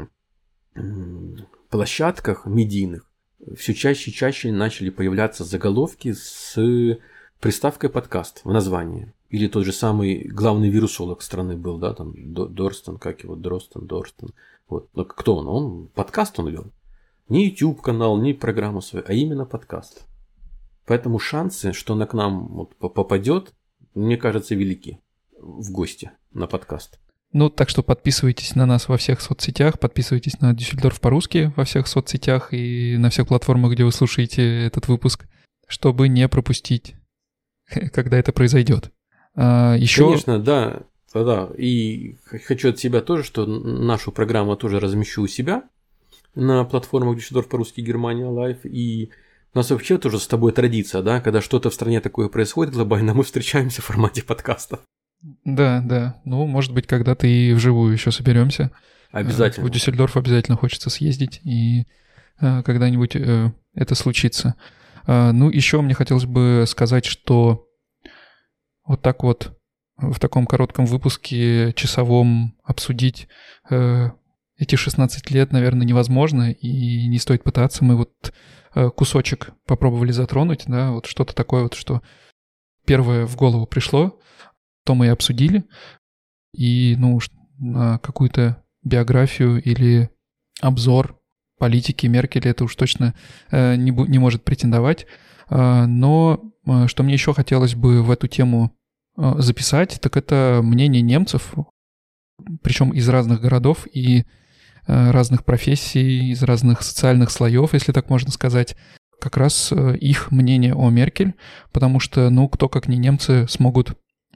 площадках медийных все чаще и чаще начали появляться заголовки с приставкой подкаст в названии. Или тот же самый главный вирусолог страны был, да, там Дорстон, как его, Дростон, Дорстон. Вот. Но кто он? Он подкаст он вел. ни YouTube-канал, ни программу свою, а именно подкаст. Поэтому шансы, что она к нам вот попадет, мне кажется, велики в гости на подкаст. Ну, так что подписывайтесь на нас во всех соцсетях, подписывайтесь на Дюссельдорф по-русски во всех соцсетях и на всех платформах, где вы слушаете этот выпуск, чтобы не пропустить, когда это произойдет. А, еще... Конечно, да, да. И хочу от себя тоже, что нашу программу тоже размещу у себя на платформах Дюссельдорф по-русски Германия Лайв. И у нас вообще тоже с тобой традиция, да, когда что-то в стране такое происходит глобально, мы встречаемся в формате подкаста. Да, да. Ну, может быть, когда-то и вживую еще соберемся. Обязательно. В Дюссельдорф обязательно хочется съездить, и когда-нибудь это случится. Ну, еще мне хотелось бы сказать, что вот так вот в таком коротком выпуске часовом обсудить эти шестнадцать лет, наверное, невозможно, и не стоит пытаться. Мы вот кусочек попробовали затронуть, да, вот что-то такое вот, что первое в голову пришло, то мы и обсудили, и, ну, на какую-то биографию или обзор политики Меркель это уж точно э, не, не может претендовать. Э, но э, что мне еще хотелось бы в эту тему э, записать, так это мнение немцев, причем из разных городов и э, разных профессий, из разных социальных слоев, если так можно сказать, как раз э, их мнение о Меркель, потому что, ну, кто как не немцы смогут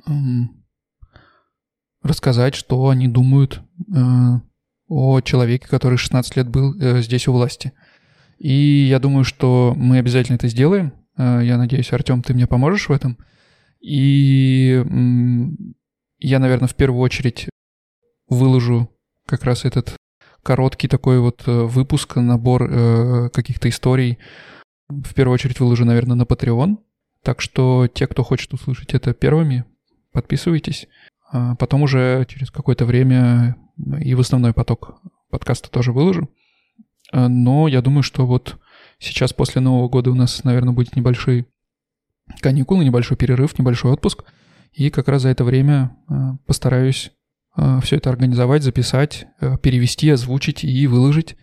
рассказать, что они думают э, о человеке, который шестнадцать лет был э, здесь у власти. И я думаю, что мы обязательно это сделаем. Э, я надеюсь, Артём, ты мне поможешь в этом. И э, я, наверное, в первую очередь выложу как раз этот короткий такой вот выпуск, набор э, каких-то историй. В первую очередь выложу, наверное, на Patreon. Так что те, кто хочет услышать это первыми, подписывайтесь. А потом уже через какое-то время и в основной поток подкаста тоже выложу. Но я думаю, что вот сейчас после Нового года у нас, наверное, будет небольшие каникулы, небольшой перерыв, небольшой отпуск. И как раз за это время постараюсь все это организовать, записать, перевести, озвучить и выложить.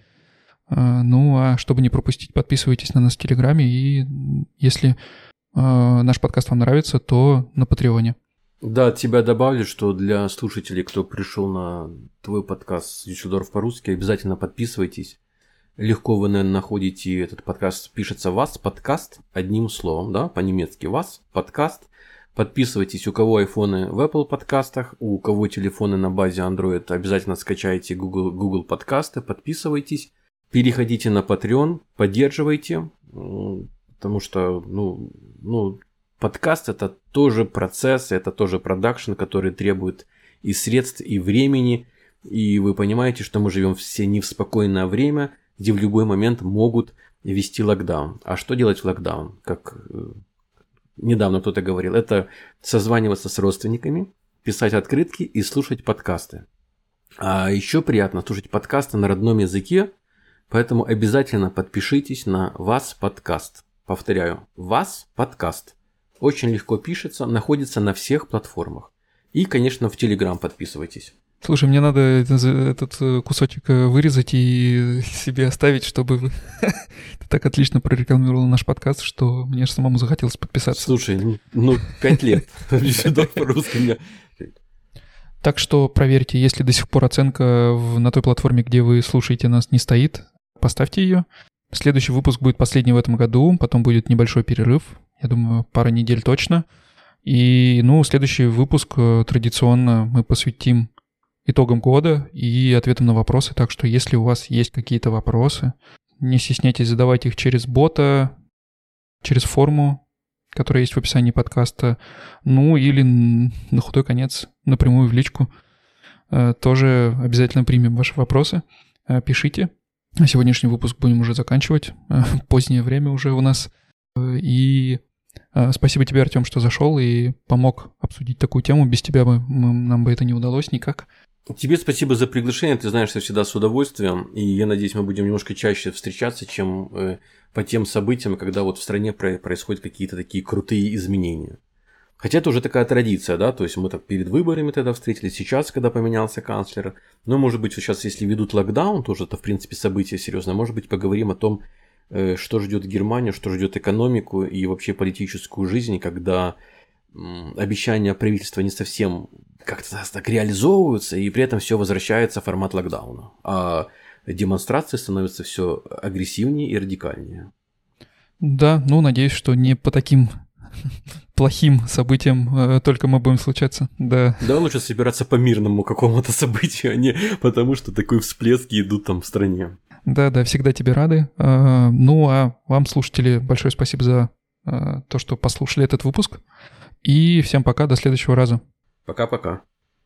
Ну, а чтобы не пропустить, подписывайтесь на нас в Телеграме. И если наш подкаст вам нравится, то на Патреоне. Да, от тебя добавлю, что для слушателей, кто пришел на твой подкаст Дюссельдорф по-русски, обязательно подписывайтесь. Легко вы, наверное, находите этот подкаст, пишется «Вас подкаст» одним словом, да, по-немецки «Вас подкаст». Подписывайтесь, у кого айфоны в Apple подкастах, у кого телефоны на базе Android, обязательно скачайте Google, Google подкасты, подписывайтесь. Переходите на Patreon, поддерживайте, потому что, ну, ну подкаст это тоже процесс, это тоже продакшн, который требует и средств, и времени. И вы понимаете, что мы живем все не в спокойное время, где в любой момент могут ввести локдаун. А что делать в локдаун? Как недавно кто-то говорил, это созваниваться с родственниками, писать открытки и слушать подкасты. А еще приятно слушать подкасты на родном языке, поэтому обязательно подпишитесь на «Вас подкаст». Повторяю, «Вас подкаст». Очень легко пишется, находится на всех платформах. И, конечно, в Телеграм подписывайтесь. Слушай, мне надо этот кусочек вырезать и себе оставить, чтобы ты так отлично прорекламировал наш подкаст, что мне же самому захотелось подписаться. Слушай, ну, пять лет. Так что проверьте, если до сих пор оценка на той платформе, где вы слушаете нас, не стоит, поставьте ее. Следующий выпуск будет последний в этом году, потом будет небольшой перерыв. Я думаю, пара недель точно. И, ну, следующий выпуск традиционно мы посвятим итогам года и ответам на вопросы. Так что, если у вас есть какие-то вопросы, не стесняйтесь задавать их через бота, через форму, которая есть в описании подкаста, ну, или на худой конец напрямую в личку. Тоже обязательно примем ваши вопросы. Пишите. Сегодняшний выпуск будем уже заканчивать. Позднее время уже у нас. И спасибо тебе, Артём, что зашел и помог обсудить такую тему. Без тебя бы нам бы это не удалось никак. Тебе спасибо за приглашение. Ты знаешь, что всегда с удовольствием. И я надеюсь, мы будем немножко чаще встречаться, чем по тем событиям, когда вот в стране происходят какие-то такие крутые изменения. Хотя это уже такая традиция, да, то есть мы так перед выборами тогда встретились, сейчас, когда поменялся канцлер. Но, может быть, сейчас, если ведут локдаун, тоже это, в принципе, событие серьезное, может быть, поговорим о том, что ждет Германию, что ждет экономику и вообще политическую жизнь, когда обещания правительства не совсем как-то так реализовываются, и при этом все возвращается в формат локдауна. А демонстрации становятся все агрессивнее и радикальнее. Да, ну, надеюсь, что не по таким плохим событиям э, только мы будем случаться, да. Да, лучше собираться по мирному какому-то событию, а не потому, что такие всплески идут там в стране. Да, да, всегда тебе рады. Э, ну, а вам, слушатели, большое спасибо за э, то, что послушали этот выпуск. И всем пока, до следующего раза. Пока-пока.